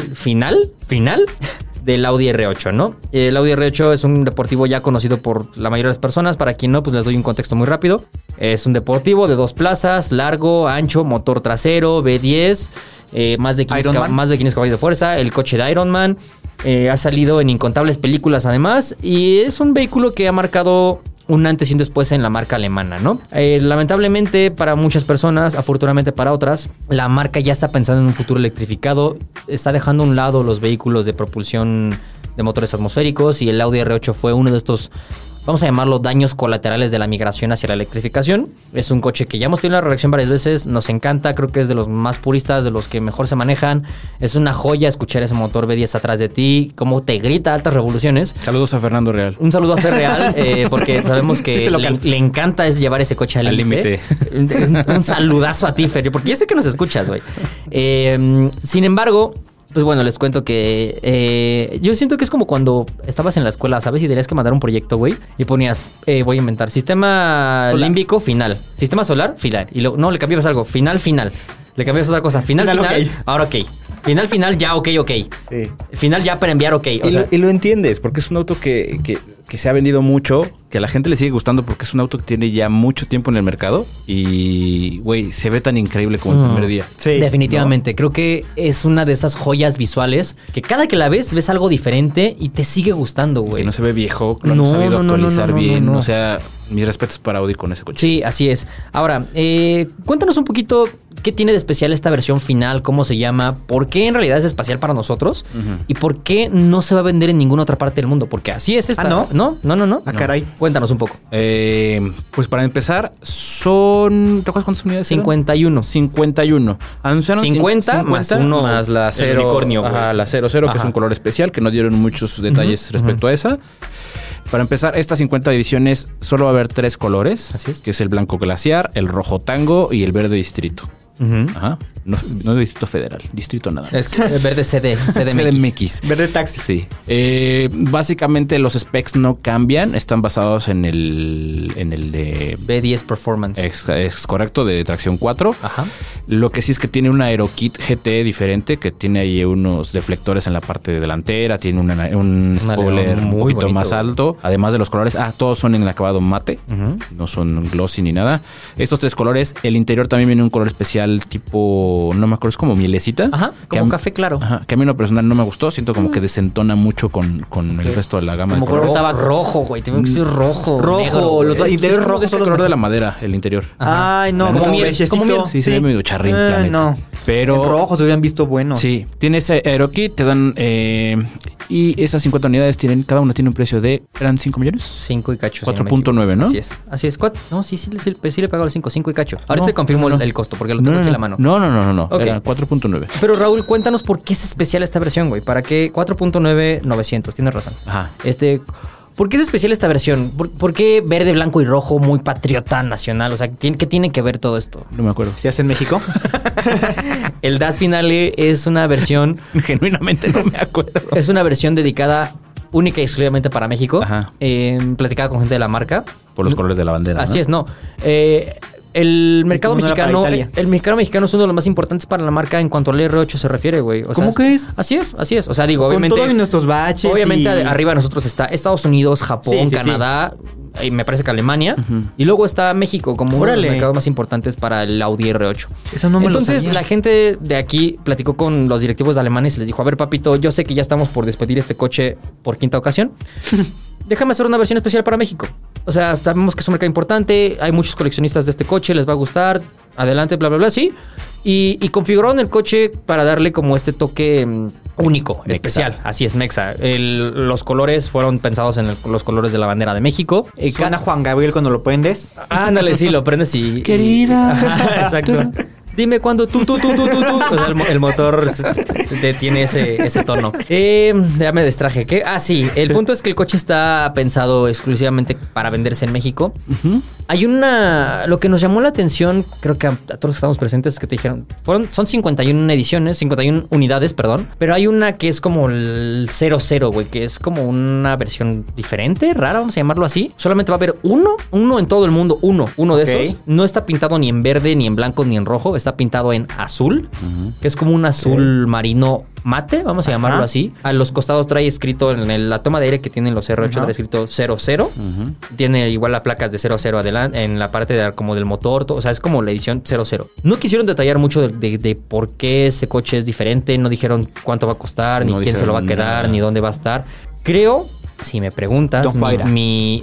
del Audi R8, ¿no? El Audi R8 es un deportivo ya conocido por la mayoría de las personas. Para quien no, pues les doy un contexto muy rápido. Es un deportivo de 2 plazas, largo, ancho, motor trasero, V10, más de 15 caballos de fuerza, el coche de Iron Man. Ha salido en incontables películas además, y es un vehículo que ha marcado un antes y un después en la marca alemana, ¿no? Lamentablemente para muchas personas, afortunadamente para otras, la marca ya está pensando en un futuro electrificado, está dejando a un lado los vehículos de propulsión de motores atmosféricos, y el Audi R8 fue uno de estos, vamos a llamarlo, daños colaterales de la migración hacia la electrificación. Es un coche que ya hemos tenido la reacción varias veces, nos encanta, creo que es de los más puristas, de los que mejor se manejan. Es una joya escuchar ese motor V10 atrás de ti, cómo te grita a altas revoluciones. Saludos a Fernando Real. Un saludo a Fer Real, porque sabemos que le encanta es llevar ese coche al límite. Un saludazo a ti, Fer, porque yo sé que nos escuchas, güey. Sin embargo... pues bueno, les cuento que yo siento que es como cuando estabas en la escuela, ¿sabes? Y tenías que mandar un proyecto, güey. Y ponías, voy a inventar, sistema solar límbico, final. Sistema solar, final. Y luego, no, le cambiabas algo, final. Le cambiabas otra cosa, final. Okay. Ahora ok. Final, ya ok. Sí. Final ya para enviar ok. Y lo entiendes, porque es un auto que se ha vendido mucho, que a la gente le sigue gustando porque es un auto que tiene ya mucho tiempo en el mercado y, güey, se ve tan increíble como el primer día. Sí, definitivamente. ¿No? Creo que es una de esas joyas visuales que cada que la ves algo diferente y te sigue gustando, güey. Que no se ve viejo, lo han sabido actualizar bien. O sea, mis respetos para Audi con ese coche. Sí, así es. Ahora, cuéntanos un poquito qué tiene de especial esta versión final, cómo se llama, por qué en realidad es especial para nosotros y por qué no se va a vender en ninguna otra parte del mundo. Porque así es esta. ¿No? No. Ah, caray. Cuéntanos un poco. Pues para empezar, son... ¿te acuerdas cuántas unidades 51. 51. Anunciaron 50 más uno más la 0. Unicornio. Ajá, la 00, que es un color especial, que no dieron muchos detalles respecto a esa. Para empezar, estas 50 ediciones solo va a haber 3 colores. Así es. Que es el blanco glaciar, el rojo tango y el verde distrito. Ajá. No Distrito Federal, Distrito nada más. Es verde CDMX. Verde taxi. Sí. Básicamente los specs no cambian, están basados en el de V10 Performance. Es correcto, de tracción 4. Ajá. Lo que sí es que tiene una AeroKit GT diferente, que tiene ahí unos deflectores en la parte delantera, tiene un spoiler un poquito bonito, más alto, además de los colores. Todos son en el acabado mate, no son glossy ni nada. Estos 3 colores, el interior también viene un color especial tipo, no me acuerdo, es como mielecita. Ajá, como café claro. Ajá, que a mí en lo personal no me gustó. Siento como que desentona mucho con el resto de la gama como de colores. Rojo, güey. Tengo que ser rojo. Rojo. Los interiores rojos es el color de la madera, el interior. Ajá. Ay, no. Como miel. Sí, se ve medio charrín, la neta. No. Pero en rojo se hubieran visto buenos. Sí, tiene ese AeroKit, te dan... y esas 50 unidades tienen, cada una tiene un precio de... ¿eran 5 millones? 5 y cacho. 4.9, ¿no? Así es. No, sí le pagó los 5 y cacho. Ahorita te confirmo el costo, porque lo tengo aquí en la mano. No. Okay. Era 4.9. Pero Raúl, cuéntanos por qué es especial esta versión, güey. ¿Para qué? 4.9 900, tienes razón. Ajá. ¿Por qué es especial esta versión? ¿Por qué verde, blanco y rojo, muy patriota nacional? O sea, ¿qué tiene que ver todo esto? No me acuerdo. ¿Se hace en México? El Das Finale es una versión... Genuinamente no me acuerdo. Es una versión dedicada única y exclusivamente para México. Ajá. Platicada con gente de la marca. Por los colores de la bandera, Así ¿no? es, no. El mercado mexicano es uno de los más importantes para la marca en cuanto al R8 se refiere, güey. ¿Cómo que es? Así es. O sea, digo, obviamente... Con todos nuestros baches. Obviamente arriba de nosotros está Estados Unidos, Japón, Canadá, y me parece que Alemania. Y luego está México como uno de los mercados más importantes para el Audi R8. Eso no me Entonces, lo sabía. la gente de aquí platicó con los directivos alemanes y les dijo, a ver, papito, yo sé que ya estamos por despedir este coche por 5ª ocasión. Déjame hacer una versión especial para México. O sea, sabemos que es un mercado importante, hay muchos coleccionistas de este coche, les va a gustar, adelante, bla, bla, bla, sí. Y configuraron el coche para darle como este toque único, mexa. Especial. Así es, mexa. Los colores fueron pensados en los colores de la bandera de México. Suena Juan Gabriel cuando lo prendes. Ándale, sí, lo prendes y... Querida. Ajá, exacto. Dime cuándo tú. O sea, el motor tiene ese tono. Ya me distraje. ¿Qué? Ah, sí. El punto es que el coche está pensado exclusivamente para venderse en México. Hay lo que nos llamó la atención, creo que a todos los que estamos presentes, que te dijeron, son 51 ediciones, 51 unidades, perdón. Pero hay una que es como el 00, güey, que es como una versión diferente, rara, vamos a llamarlo así. Solamente va a haber uno en todo el mundo, uno de esos. No está pintado ni en verde, ni en blanco, ni en rojo. Está pintado en azul, que es como un azul marino mate, vamos a llamarlo así. A los costados trae escrito en la toma de aire que tienen los R8, trae escrito 00. Tiene igual las placas de 00 adelante, en la parte como del motor, o sea, es como la edición 00. No quisieron detallar mucho de por qué ese coche es diferente, no dijeron cuánto va a costar, ni quién se lo va a quedar, ni dónde va a estar. Creo, si me preguntas, mi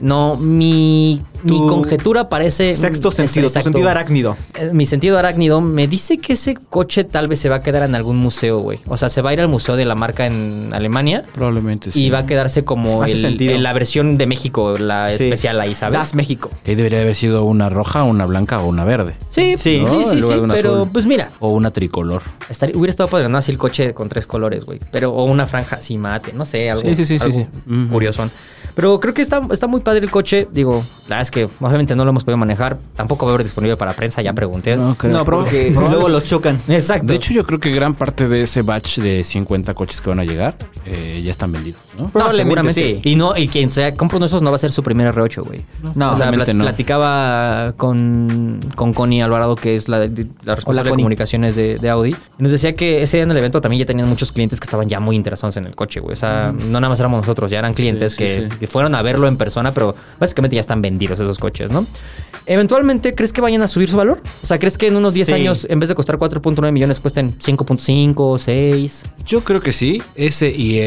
conjetura parece... Sexto sentido, tu sentido arácnido. Mi sentido arácnido me dice que ese coche tal vez se va a quedar en algún museo, güey. O sea, se va a ir al museo de la marca en Alemania. Probablemente sí. Y va a quedarse como la versión de México, la especial ahí, ¿sabes? Das México. Que debería haber sido una roja, una blanca o una verde. Sí, ¿no? sí, pero azul. Pues mira. O una tricolor. Hubiera estado padre, ¿no? Así el coche con 3 colores, güey. O una franja así mate, no sé, algo. Sí. Curioso. Pero creo que está muy padre el coche. Digo, la verdad es que obviamente no lo hemos podido manejar. Tampoco va a haber disponible para prensa, ya pregunté. No, porque luego los chocan. Exacto. De hecho, yo creo que gran parte de ese batch de 50 coches que van a llegar ya están vendidos, ¿no? Probablemente sí. Y quien compra uno de esos no va a ser su primer R8, güey. No, o sea, no. Platicaba con Connie Alvarado, que es la responsable de comunicaciones de Audi. Y nos decía que ese día en el evento también ya tenían muchos clientes que estaban ya muy interesados en el coche, güey. O sea, no nada más éramos nosotros, ya eran clientes que fueron a verlo en persona, pero básicamente ya están vendidos esos coches, ¿no? Eventualmente, ¿crees que vayan a subir su valor? O sea, ¿crees que en unos 10 años, en vez de costar 4.9 millones, cuesten 5.5, 6? Yo creo que sí. Ese y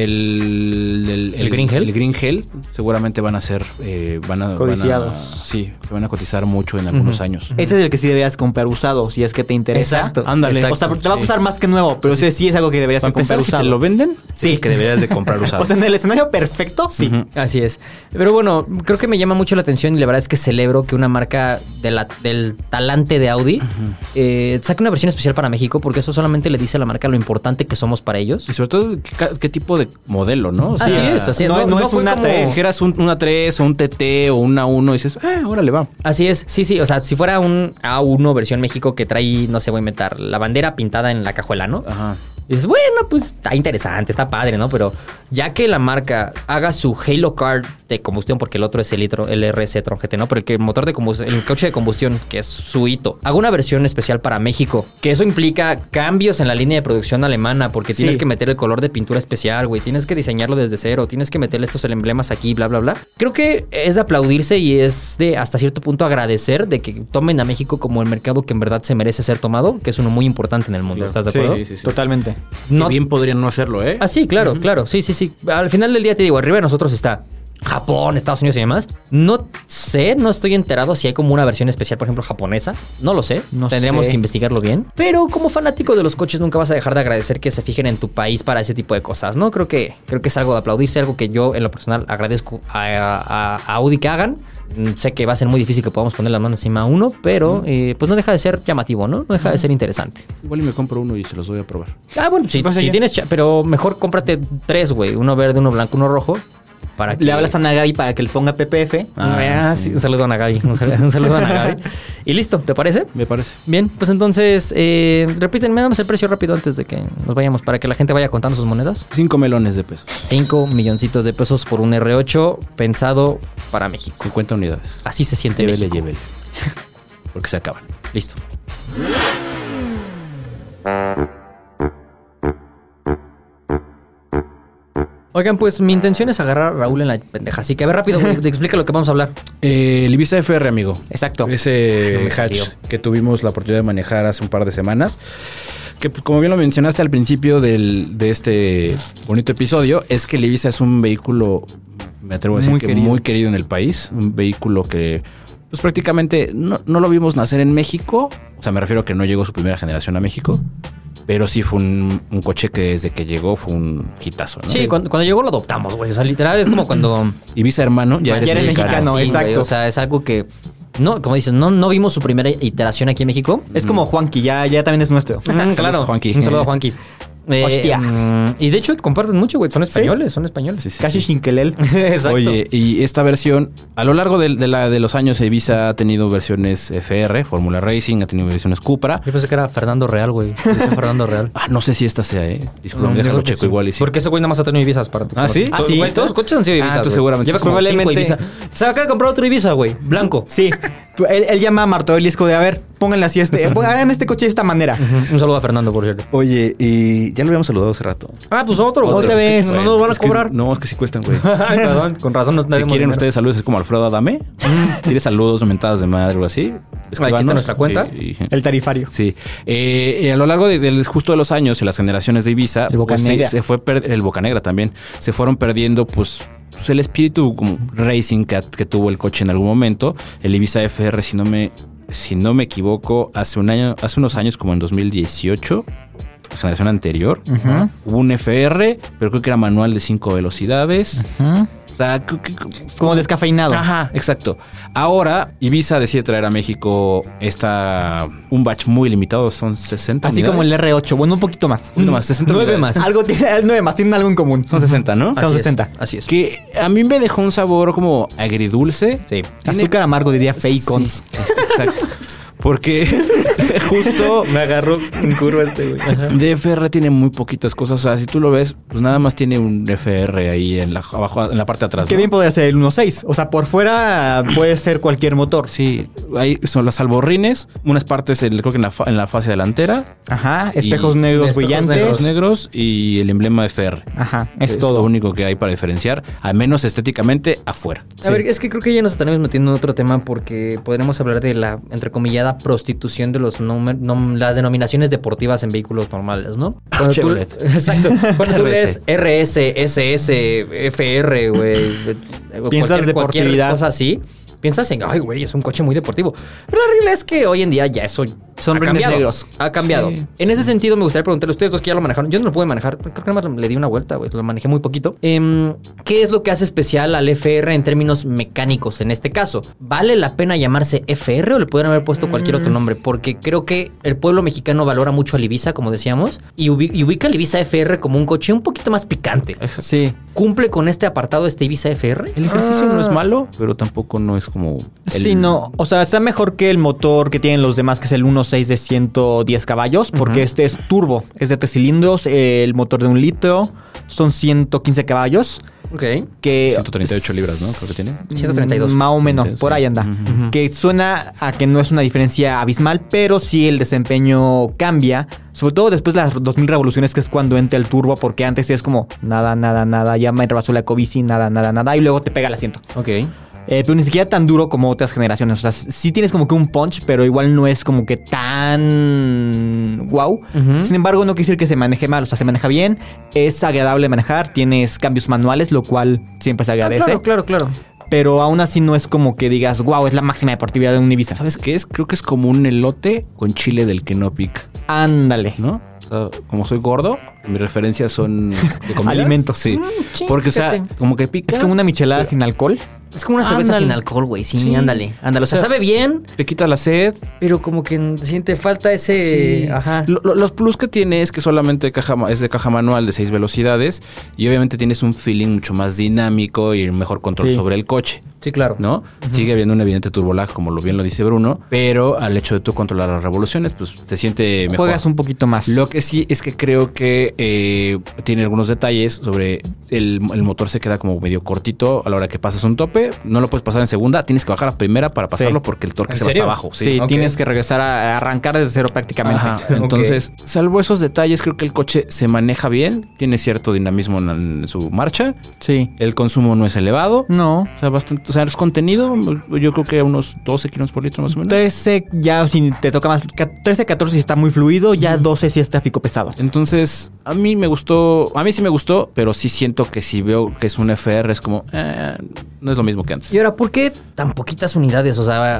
el Green Hell. El Green Hell seguramente van a ser... codiciados. Sí, se van a cotizar mucho en algunos años. Este es el que sí deberías comprar usado, si es que te interesa. Exacto. Ándale. O sea, te va a costar más que nuevo, pero ese sí es algo que deberías comprar usado. Si te lo venden, sí, que deberías de comprar usado. O sea, en el escenario perfecto, sí. Así es. Pero bueno, creo que me llama mucho la atención y la verdad es que celebro que una marca del talante de Audi saque una versión especial para México, porque eso solamente le dice a la marca lo importante que somos para ellos. Y sobre todo, qué tipo de modelo, ¿no? O sea, así es. No es una 3. Dijeras una 3 o un TT o una 1 y dices, órale, va. Así es, sí. O sea, si fuera un A1 versión México que trae, no sé, voy a inventar, la bandera pintada en la cajuela, ¿no? Ajá. Y dices, bueno, pues está interesante, está padre, ¿no? Pero ya que la marca haga su Halo Car de combustión, porque el otro es el RS Tron GT, ¿no? Pero el motor de combustión, el coche de combustión, que es su hito, haga una versión especial para México, que eso implica cambios en la línea de producción alemana, porque tienes que meter el color de pintura especial, güey, tienes que diseñarlo desde cero, tienes que meterle estos emblemas aquí, bla, bla, bla. Creo que es de aplaudirse y es de hasta cierto punto agradecer de que tomen a México como el mercado que en verdad se merece ser tomado, que es uno muy importante en el mundo. ¿Estás de acuerdo? Sí. Totalmente. No, que bien podrían no hacerlo, ¿eh? Ah, sí, claro. Sí. Al final del día te digo, arriba de nosotros está Japón, Estados Unidos y demás. No estoy enterado si hay como una versión especial, por ejemplo, japonesa. No lo sé. Tendríamos que investigarlo bien. Pero como fanático de los coches nunca vas a dejar de agradecer que se fijen en tu país para ese tipo de cosas, ¿no? Creo que es algo de aplaudirse, algo que yo en lo personal agradezco a Audi que hagan. Sé que va a ser muy difícil que podamos poner la mano encima a uno, pero pues no deja de ser llamativo, ¿no? No deja de ser interesante. Igual y me compro uno y se los voy a probar. Ah, bueno, si tienes... Pero mejor cómprate 3, güey. Uno verde, uno blanco, uno rojo. Para que... Le hablas a Nagai para que le ponga PPF. Sí. Un saludo a Nagai. Un saludo a Nagai. Y listo, ¿te parece? Me parece. Bien, pues entonces, repítenme, damos el precio rápido antes de que nos vayamos para que la gente vaya contando sus monedas. 5 melones de pesos. 5 milloncitos de pesos por un R8 pensado para México. 50 unidades. Así se siente México. Llévele. Porque se acaban. Listo. Oigan, pues mi intención es agarrar a Raúl en la pendeja. Así que a ver rápido, explica lo que vamos a hablar. El Ibiza FR, amigo. Exacto. Ese hatch que tuvimos la oportunidad de manejar hace un par de semanas. Que como bien lo mencionaste al principio de este bonito episodio, es que el Ibiza es un vehículo, me atrevo a decir, muy querido en el país. Un vehículo que pues prácticamente no lo vimos nacer en México. O sea, me refiero a que no llegó su primera generación a México. Pero sí fue un coche que desde que llegó fue un hitazo, ¿no? Sí, cuando llegó lo adoptamos, güey. O sea, literal es como cuando... Ibiza hermano, ya eres mexicano, sí, exacto. Güey. O sea, es algo que no, como dices, no vimos su primera iteración aquí en México. Es como Juanqui, ya también es nuestro. Claro, Juanqui. un saludo a Juanqui. Hostia. Y de hecho comparten mucho, güey. Son españoles, son españoles. Sí, sí, Casi sí. Shinkelel. Exacto. Oye, y esta versión, a lo largo de los años, Ibiza ha tenido versiones FR, Fórmula Racing, ha tenido versiones Cupra. Yo pensé que era Fernando Real, güey. Dice Fernando Real. No sé si esta sea, Disculpa, No, déjalo yo creo que checo sí. igual y sí. Porque ese güey nada más ha tenido Ibizas para. ¿Ah, sí? Todos, sí. güey, todos los coches han sido Ibizas. entonces güey. seguramente Lleva sí. como Probablemente- 5 Ibiza. Se acaba de comprar otro Ibiza, güey. Blanco. Sí. Él llama a Martorell y es como de, a ver, pónganle así hagan este coche de esta manera. Un saludo a Fernando, por cierto. Oye, y ya lo habíamos saludado hace rato. Pues otro. Otra vez. No nos van a Es que- cobrar. no, es que sí cuestan, güey. Ay, perdón. Con razón no Si tenemos quieren dinero. ustedes saludos, es como Alfredo Adame. ¿Quieres saludos, mentadas de madre o así? está nuestra cuenta. Sí, El tarifario. sí. A lo largo justo de los años y las generaciones de Ibiza, El Bocanegra. se fue el Bocanegra también, se fueron perdiendo pues el espíritu como racing que tuvo el coche en algún momento. El Ibiza FR, si no me equivoco, hace unos años, como en 2018, la generación anterior, hubo un FR, pero creo que era manual de 5 velocidades. O sea, Como descafeinado. Ajá, exacto. Ahora, Ibiza decide traer a México un batch muy limitado, son 60 Así como el unidades. R8. Bueno, un poquito más. Un poquito más, 60 9 unidades. más. Algo tiene, 9 más, tienen algo en común. Son 60, ¿no? Son Así es, 60. Así es. Que a mí me dejó un sabor como agridulce. Sí. Azúcar amargo, diría Facons. Sí, exacto. Porque justo Me agarró en curva este, güey. DFR tiene muy poquitas cosas. O sea, si tú lo ves, pues nada más tiene un FR ahí abajo, en la parte de atrás. Que ¿no? bien podría ser el 1.6. O sea, por fuera puede ser cualquier motor. Sí, ahí son las alborrines, unas partes creo que en la fase delantera. Ajá. Y- Espejos negros espejos brillantes. Los negros y el emblema FR. Ajá. Es lo todo. único que hay para diferenciar, al menos estéticamente, afuera. A ver, es que creo que ya nos estaremos metiendo en otro tema porque podremos hablar de la entrecomillada prostitución de las denominaciones deportivas en vehículos normales, ¿no? Cuando tú, Chevrolet. exacto. Cuando tú lees RS. RS, SS, FR, güey. Piensas cualquier deportividad. cosa así. Piensas en, ay, güey, es un coche muy deportivo. Pero la realidad es que hoy en día ya eso Son ha rines cambiado. negros. Ha cambiado. Sí. En ese sentido, me gustaría preguntarle a ustedes dos que ya lo manejaron. Yo no lo pude manejar. Creo que nada más le di una vuelta, güey. Lo manejé muy poquito. ¿Qué es lo que hace especial al FR en términos mecánicos en este caso? ¿Vale la pena llamarse FR o le podrían haber puesto cualquier otro nombre? Porque creo que el pueblo mexicano valora mucho al Ibiza, como decíamos, y ubica al Ibiza FR como un coche un poquito más picante. Sí. ¿Cumple con este apartado este Ibiza FR? El ejercicio no es malo, pero tampoco no es como... Sí, no. O sea, está mejor que el motor que tienen los demás, que es el 1.6 de 110 caballos, porque este es turbo. Es de 3 cilindros, el motor de 1 litro, son 115 caballos. Ok. Que 138 libras, ¿no? Creo que tiene. 132. Más o menos, 132, por ahí anda. Que suena a que no es una diferencia abismal, pero sí el desempeño cambia. Sobre todo después de las 2000 revoluciones, que es cuando entra el turbo, porque antes es como nada, ya me rebasó la Ecobici, nada, y luego te pega el asiento. Ok. Pero ni siquiera tan duro como otras generaciones. O sea, sí tienes como que un punch, pero igual no es como que tan wow. Sin embargo, no quiere decir que se maneje mal. O sea, se maneja bien, es agradable manejar, tienes cambios manuales, lo cual siempre se agradece. Claro. Pero aún así no es como que digas, wow, es la máxima deportividad de un Ibiza. ¿Sabes qué es? Creo que es como un elote con chile del que no pica, Ándale. ¿no? O sea, como soy gordo, mis referencias son de comida. Alimentos. Sí. Porque, o sea, fíjate. como que pica. Es como una michelada sin alcohol. Es como una cerveza Ándale. sin alcohol, güey. Sí, Sí. ándale. O sea, sabe bien, Te quita la sed. pero como que siente falta ese... Sí. Ajá. Los plus que tiene es que solamente es de caja manual de 6 velocidades y obviamente tienes un feeling mucho más dinámico y mejor control Sí. sobre el coche, Sí, claro. ¿no? Sigue habiendo un evidente turbolag, como bien lo dice Bruno, pero al hecho de tú controlar las revoluciones, pues te siente mejor. Juegas un poquito más. Lo que sí es que creo que tiene algunos detalles sobre el motor. Se queda como medio cortito a la hora que pasas un tope. No lo puedes pasar en segunda, tienes que bajar a primera para pasarlo Sí. porque el torque ¿En se va hasta serio? abajo. Sí, Ok. tienes que regresar a arrancar desde cero prácticamente. Ajá. Entonces, salvo esos detalles, creo que el coche se maneja bien, tiene cierto dinamismo en su marcha. Sí. El consumo no es elevado. No. O sea, bastante, o sea, es contenido. Yo creo que a unos 12 kilómetros por litro más o menos. 13 ya si te toca más. 13, 14 si está muy fluido. Ya 12 si es tráfico pesado. Entonces, a mí sí me gustó, pero sí siento que si veo que es un FR es como, no es lo mismo que antes. Y ahora, ¿por qué tan poquitas unidades? O sea,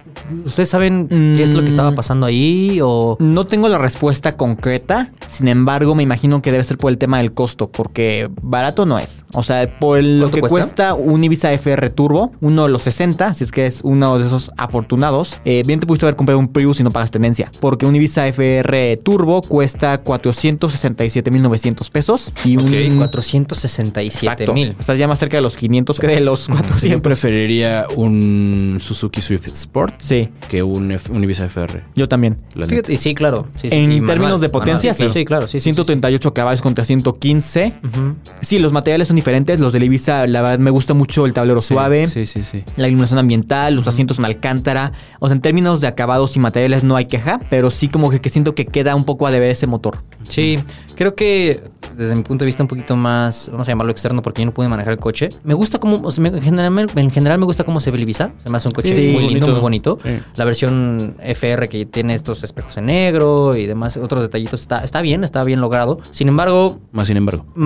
¿Ustedes saben qué es lo que estaba pasando ahí o...? No tengo la respuesta concreta, sin embargo me imagino que debe ser por el tema del costo, porque barato no es. O sea, por lo que cuesta un Ibiza FR Turbo, uno de los 60, si es que es uno de esos afortunados, bien te pudiste haber comprado un Prius y no pagas tenencia, porque un Ibiza FR Turbo cuesta 467,900 pesos y un... 467,000. Estás ya más cerca de los 500 que de los 400. Yo preferiría un Suzuki Swift Sport que un Ibiza FR. Yo también. Fíjate, sí, claro. Sí, en términos de potencia, sí. Sí, claro. Sí, 138 caballos contra 115. Sí, los materiales son diferentes. Los del Ibiza, la verdad, me gusta mucho el tablero suave. Sí. La iluminación ambiental, los asientos en alcántara. O sea, en términos de acabados y materiales no hay queja, pero sí como que siento que queda un poco a deber ese motor. Sí, creo que desde mi punto de vista un poquito más, vamos a llamarlo externo porque yo no pude manejar el coche. Me gusta cómo, o sea, en general me gusta cómo se ve el Ibiza. Se me hace un coche muy lindo, muy bonito. Sí. La versión FR que tiene estos espejos en negro y demás, otros detallitos, está bien logrado. Sin embargo... Más sin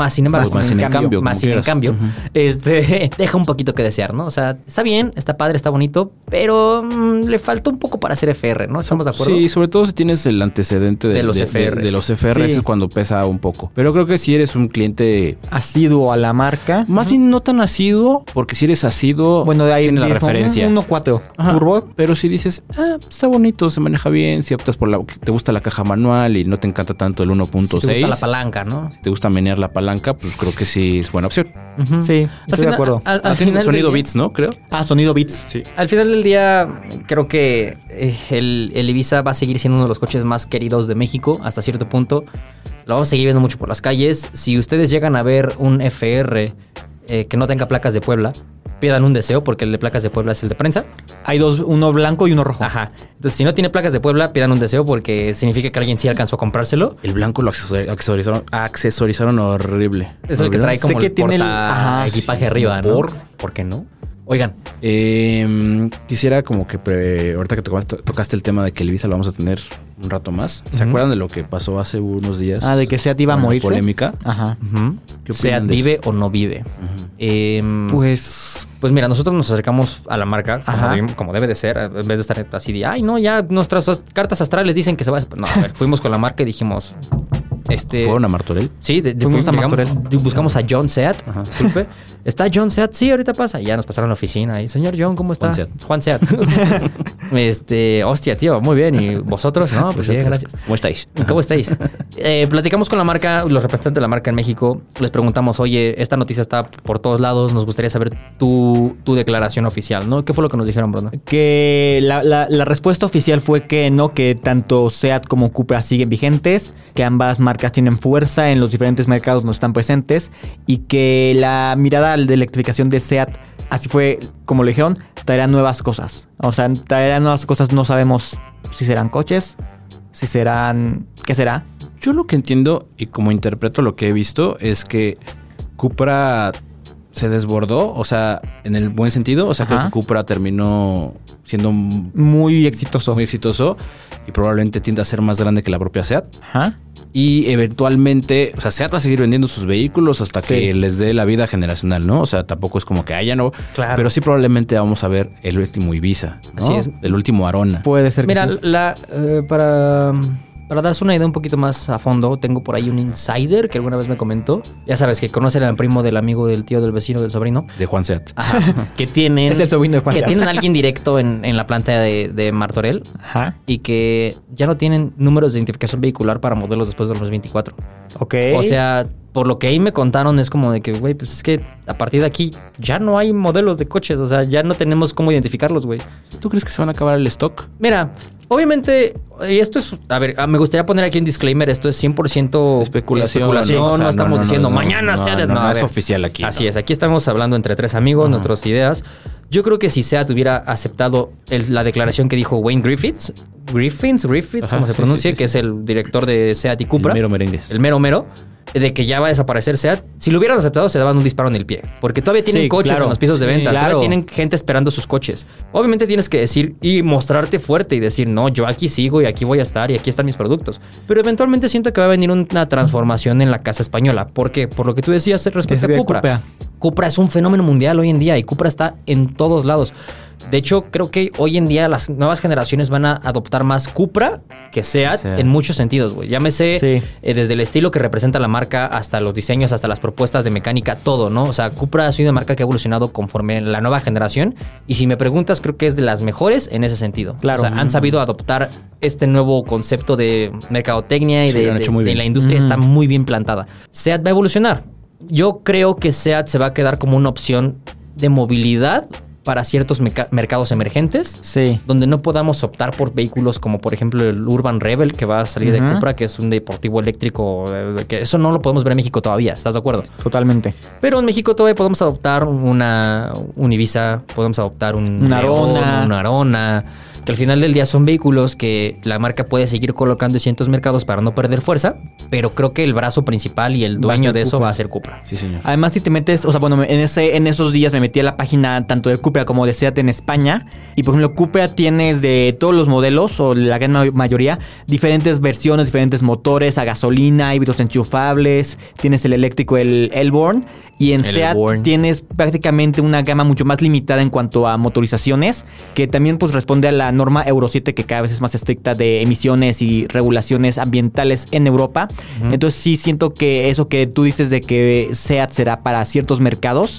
en cambio, deja un poquito que desear, ¿no? O sea, está bien, está padre, está bonito, pero le falta un poco para ser FR, ¿no? ¿Estamos de acuerdo? Sí, sobre todo si tienes el antecedente de los FR. De los FR, es cuando pesa un poco. Pero creo que si eres un cliente asiduo a la marca, más bien no tan asiduo, porque si eres asiduo, bueno, de ahí tiene la referencia. 1.4 turbo. Pero si dices, está bonito, se maneja bien, si optas por te gusta la caja manual y no te encanta tanto el 1.6. Si te gusta la palanca, ¿no? Si te gusta menear la palanca, pues creo que sí es buena opción. Sí, estoy de acuerdo. Al final sonido Beats, ¿no? Creo. Sonido Beats. Sí. Al final del día, creo que el Ibiza va a seguir siendo uno de los coches más queridos de México hasta cierto punto. Lo vamos a seguir viendo mucho por las calles. Si ustedes llegan a ver un FR que no tenga placas de Puebla, pidan un deseo porque el de placas de Puebla es el de prensa. Hay dos, uno blanco y uno rojo. Ajá. Entonces, si no tiene placas de Puebla, pidan un deseo porque significa que alguien sí alcanzó a comprárselo. El blanco lo accesorizaron horrible. Es el que trae como el porta equipaje arriba, ¿no? ¿Por qué no? Oigan, quisiera como que ahorita que tocaste el tema de que el Ibiza lo vamos a tener un rato más. ¿Se acuerdan de lo que pasó hace unos días? De que Seat iba a morirse. Polémica. Ajá. ¿Qué Seat vive o no vive? Pues mira, nosotros nos acercamos a la marca como debe de ser, en vez de estar así de, ay, no, ya nuestras cartas astrales dicen que se va a... No, a ver, fuimos con la marca y dijimos... ¿Fueron a Martorell? Sí, fuimos a Martorell. Buscamos a John Seat. Disculpe. ¿Está John Seat? Sí, ahorita pasa. Y ya nos pasaron a la oficina. Y, señor John, ¿cómo está? Juan Seat. Hostia, tío, muy bien. ¿Y vosotros? No, pues bien, gracias. ¿Cómo estáis? ¿Cómo estáis? Platicamos con la marca, los representantes de la marca en México. Les preguntamos, oye, esta noticia está por todos lados. Nos gustaría saber tu declaración oficial, ¿no? ¿Qué fue lo que nos dijeron, Bruno? Que la respuesta oficial fue que no, que tanto Seat como Cupra siguen vigentes, que ambas marcas tienen fuerza en los diferentes mercados donde están presentes y que la mirada de electrificación de Seat, así fue como lo dijeron, traerá nuevas cosas. O sea, traerá nuevas cosas, no sabemos si serán coches, si serán... ¿Qué será? Yo lo que entiendo y como interpreto lo que he visto es que Cupra se desbordó, o sea, en el buen sentido, o sea, que Cupra terminó siendo muy exitoso y probablemente tiende a ser más grande que la propia Seat. Ajá. Y eventualmente, o sea, Seat va a seguir vendiendo sus vehículos hasta que les dé la vida generacional, ¿no? O sea, tampoco es como que ya no. Claro. Pero sí probablemente vamos a ver el último Ibiza, ¿no? Así es. El último Arona. Puede ser. Mira, para darse una idea un poquito más a fondo, tengo por ahí un insider que alguna vez me comentó. Ya sabes, que conocen al primo del amigo, del tío, del vecino, del sobrino. De Juan Seat. Ajá. Que tienen... Es el sobrino de Juan Seat. Que tienen a alguien directo en la planta de Martorell. Ajá. Y que ya no tienen números de identificación vehicular para modelos después de los 2024. Ok. O sea... Por lo que ahí me contaron es como de que, güey, pues es que a partir de aquí ya no hay modelos de coches. O sea, ya no tenemos cómo identificarlos, güey. ¿Tú crees que se van a acabar el stock? Mira, obviamente, y esto es... A ver, me gustaría poner aquí un disclaimer. Esto es 100% especulación. No estamos diciendo mañana sea... No, es oficial aquí. Así es. Aquí estamos hablando entre tres amigos, nuestras ideas. Yo creo que si Seat hubiera aceptado la declaración que dijo Wayne Griffiths, como se pronuncia, que es el director de Seat y Cupra. El mero merengues. El mero mero. De que ya va a desaparecer Seat. Si lo hubieran aceptado, se daban un disparo en el pie. Porque todavía tienen coches en los pisos de venta. Todavía tienen gente esperando sus coches. Obviamente tienes que decir y mostrarte fuerte y decir, no, yo aquí sigo y aquí voy a estar y aquí están mis productos. Pero eventualmente siento que va a venir una transformación en la casa española. ¿Por qué? Por lo que tú decías respecto a Cupra. Cupra es un fenómeno mundial hoy en día y Cupra está en todos lados. De hecho, creo que hoy en día las nuevas generaciones van a adoptar más Cupra que Seat en muchos sentidos, güey. Llámese desde el estilo que representa la marca hasta los diseños, hasta las propuestas de mecánica, todo, ¿no? O sea, Cupra ha sido una marca que ha evolucionado conforme la nueva generación y si me preguntas, creo que es de las mejores en ese sentido. Claro. O sea, han sabido adoptar este nuevo concepto de mercadotecnia y de la industria está muy bien plantada. Seat va a evolucionar. Yo creo que Seat se va a quedar como una opción de movilidad para ciertos mercados emergentes, donde no podamos optar por vehículos como por ejemplo el Urban Rebel que va a salir de Cupra, que es un deportivo eléctrico, que eso no lo podemos ver en México todavía, ¿estás de acuerdo? Totalmente. Pero en México todavía podemos adoptar un Ibiza, podemos adoptar un Arona, que al final del día son vehículos que la marca puede seguir colocando en ciertos mercados para no perder fuerza, pero creo que el brazo principal y el dueño de eso va a ser Cupra. Sí, señor. Además, si te metes, o sea, bueno, en esos días me metí a la página tanto de Cupra como de Seat en España, y por ejemplo, Cupra tienes de todos los modelos, o la gran mayoría, diferentes versiones, diferentes motores, a gasolina, híbridos enchufables, tienes el eléctrico, el Elborn, y en Seat tienes prácticamente una gama mucho más limitada en cuanto a motorizaciones, que también pues responde a la norma Euro 7, que cada vez es más estricta de emisiones y regulaciones ambientales en Europa. Entonces sí siento que eso que tú dices de que Seat será para ciertos mercados,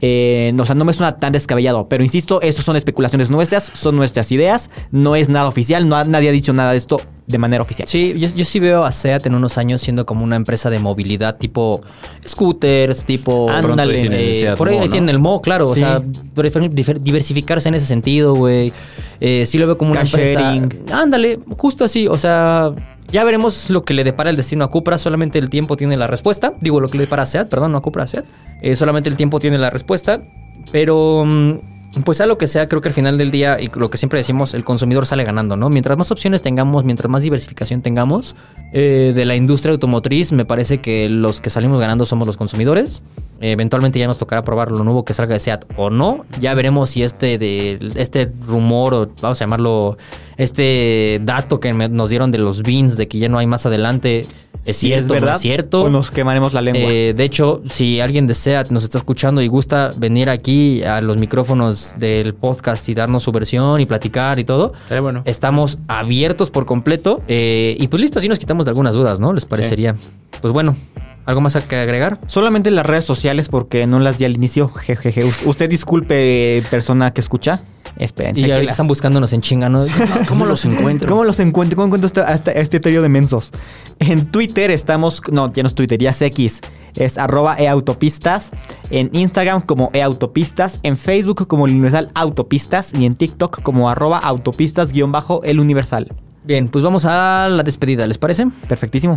o sea, no me suena tan descabellado, pero insisto, eso son especulaciones nuestras, son nuestras ideas, no es nada oficial, nadie ha dicho nada de esto de manera oficial. Sí, yo sí veo a Seat en unos años siendo como una empresa de movilidad tipo scooters, tipo... Ándale. Por ahí tienen el Mo, claro. Sí. O sea, diversificarse en ese sentido, güey. Sí lo veo como una empresa... Ándale, justo así. O sea, ya veremos lo que le depara el destino a Cupra. Solamente el tiempo tiene la respuesta. Digo, lo que le depara a Seat, perdón, no a Cupra, a Seat. Solamente el tiempo tiene la respuesta. Pero... pues sea lo que sea, creo que al final del día, y lo que siempre decimos, el consumidor sale ganando, ¿no? Mientras más opciones tengamos, mientras más diversificación tengamos de la industria automotriz, me parece que los que salimos ganando somos los consumidores. Eventualmente ya nos tocará probar lo nuevo que salga de Seat o no. Ya veremos si este rumor, o vamos a llamarlo, este dato que nos dieron de los bins, de que ya no hay más adelante, es cierto, ¿es verdad? ¿No es cierto? O nos quemaremos la lengua. De hecho, si alguien de Seat nos está escuchando y gusta venir aquí a los micrófonos del podcast y darnos su versión y platicar y todo, bueno, estamos abiertos por completo. Y pues listo, así nos quitamos de algunas dudas, ¿no? ¿Les parecería? Sí. Pues bueno, ¿algo más que agregar? Solamente las redes sociales porque no las di al inicio. Jejeje. Usted disculpe, persona que escucha. Espérense. Y ahorita están buscándonos en chinga, ¿no? ¿Cómo los encuentro? ¿Cómo encuentro este trío de mensos? En Twitter estamos... No, ya no es Twitter, ya es X. Es @eautopistas. En Instagram como eautopistas. En Facebook como el Universal Autopistas. Y en TikTok como @autopistas_el Universal. Bien, pues vamos a la despedida, ¿les parece? Perfectísimo.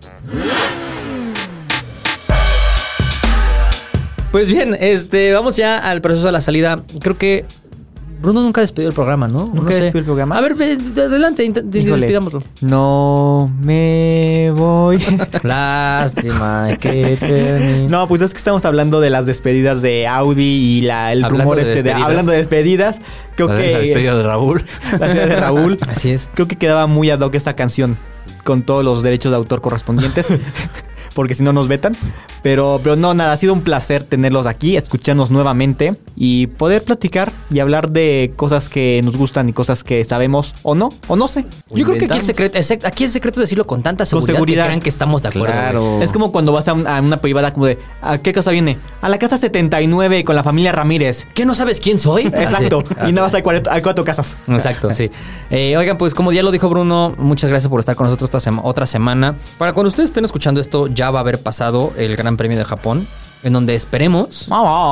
Pues bien, vamos ya al proceso de la salida. Creo que Bruno nunca despidió el programa, ¿no? ¿Nunca despidió el programa? A ver, adelante, despidámoslo. No me voy. Lástima que termine. No, pues es que estamos hablando de las despedidas de Audi y el rumor hablando de despedidas. Creo que la despedida de Raúl. La despedida de Raúl. Así es. Creo que quedaba muy ad hoc esta canción con todos los derechos de autor correspondientes. Porque si no nos vetan. Pero no, nada, ha sido un placer tenerlos aquí, escucharnos nuevamente y poder platicar y hablar de cosas que nos gustan y cosas que sabemos o no sé. Yo creo que aquí el secreto es decirlo con tanta seguridad, que crean que estamos de acuerdo. Claro. Es como cuando vas a una privada como de, ¿a qué casa viene? A la casa 79 con la familia Ramírez. ¿Qué, no sabes quién soy? Exacto. Y nada más hay 4 casas. Exacto, sí. Oigan, pues como ya lo dijo Bruno, muchas gracias por estar con nosotros otra semana. Para cuando ustedes estén escuchando esto, ya va a haber pasado el Gran Premio de Japón, en donde esperemos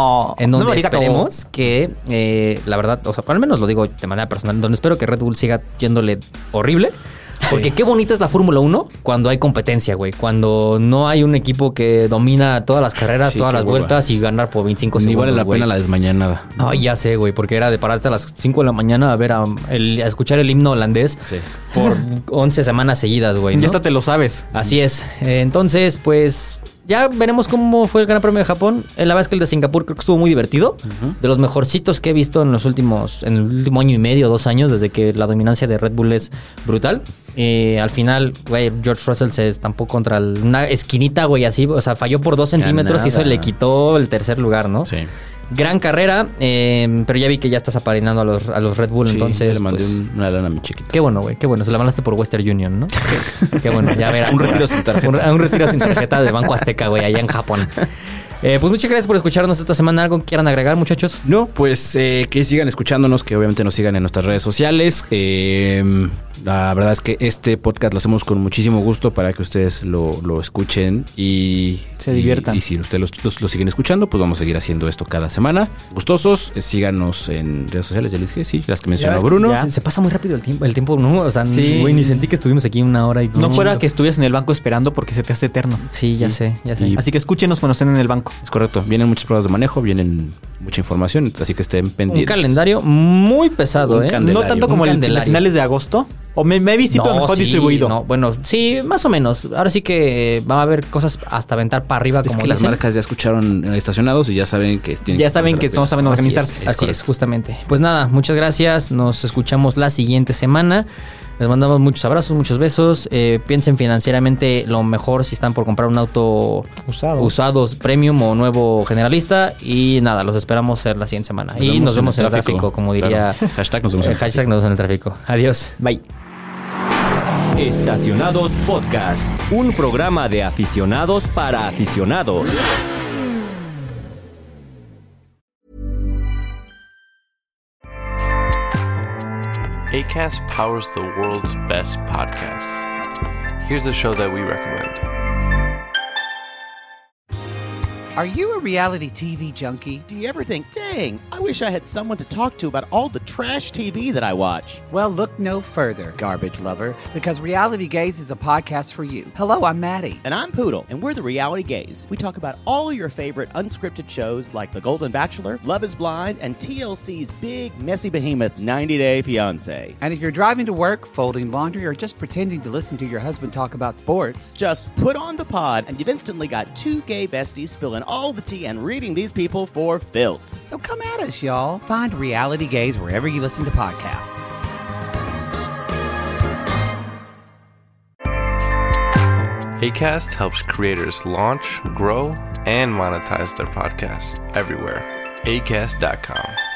que la verdad, o sea, al menos lo digo de manera personal, donde espero que Red Bull siga yéndole horrible. Porque qué bonita es la Fórmula 1 cuando hay competencia, güey. Cuando no hay un equipo que domina todas las carreras, todas las vueltas y ganar por 25 segundos. Ni vale la pena la desmañanada. Ay, ya sé, güey. Porque era de pararte a las 5 de la mañana a ver a escuchar el himno holandés por 11 semanas seguidas, güey, ¿no? Ya hasta te lo sabes. Así es. Entonces, pues... ya veremos cómo fue el Gran Premio de Japón. La verdad es que el de Singapur creo que estuvo muy divertido. De los mejorcitos que he visto en el último año y medio, 2 años, desde que la dominancia de Red Bull es brutal. Al final, güey, George Russell se estampó contra una esquinita, güey, así. O sea, falló por 2 centímetros y eso le quitó el tercer lugar, ¿no? Sí. Gran carrera, pero ya vi que ya estás apadrinando a los Red Bull, Sí, entonces... le mandé pues, una lana a mi chiquito. qué bueno, güey, qué bueno. Se la mandaste por Western Union, ¿no? Qué bueno, ya verás. Un retiro sin tarjeta. Un retiro sin tarjeta del Banco Azteca, güey, allá en Japón. Pues muchas gracias por escucharnos esta semana. ¿Algo que quieran agregar, muchachos? No, pues que sigan escuchándonos, que obviamente nos sigan en nuestras redes sociales. La verdad es que este podcast lo hacemos con muchísimo gusto para que ustedes lo escuchen y se diviertan. Y si ustedes lo siguen escuchando, pues vamos a seguir haciendo esto cada semana. Gustosos, síganos en redes sociales, ya les dije, sí, las que mencionó Bruno. Se pasa muy rápido el tiempo, ¿no? O sea, sí. Güey, ni sentí que estuvimos aquí 1 hora y... No fuera que estuvieras en el banco esperando porque se te hace eterno. Sí, ya sé. Y- Así que escúchenos cuando estén en el banco. Es correcto, vienen muchas pruebas de manejo, vienen mucha información, así que estén Un pendientes. calendario muy pesado, Un ¿eh? candelario. No tanto como el de finales de agosto. O maybe sí, pero mejor sí, distribuido. No, bueno, sí, más o menos. Ahora sí que va a haber cosas hasta aventar para arriba, Es como que las dicen. marcas ya escucharon estacionados y ya saben que tienen Ya saben que no saben organizar. Así es, justamente. Pues nada, muchas gracias. Nos escuchamos la siguiente semana. Les mandamos muchos abrazos, muchos besos. Piensen financieramente lo mejor si están por comprar un auto usados premium o nuevo generalista. Y nada, los esperamos la siguiente semana. Y nos vemos en el tráfico, como diría. Claro. Hashtag nos vemos en el Hashtag nos vemos en el tráfico. Adiós. Bye. Estacionados Podcast, un programa de aficionados para aficionados. Acast powers the world's best podcasts. Here's a show that we recommend. Are you a reality TV junkie? Do you ever think, dang, I wish I had someone to talk to about all the trash TV that I watch? Well, look no further, garbage lover, because Reality Gaze is a podcast for you. Hello, I'm Maddie. And I'm Poodle, and we're the Reality Gaze. We talk about all your favorite unscripted shows like The Golden Bachelor, Love is Blind, and TLC's big, messy behemoth, 90 Day Fiancé. And if you're driving to work, folding laundry, or just pretending to listen to your husband talk about sports, Just put on the pod, and you've instantly got 2 gay besties spilling all the tea and reading these people for filth. so come at us, y'all. Find Reality Gaze wherever you listen to podcasts. Acast helps creators launch, grow, and monetize their podcasts everywhere. Acast.com.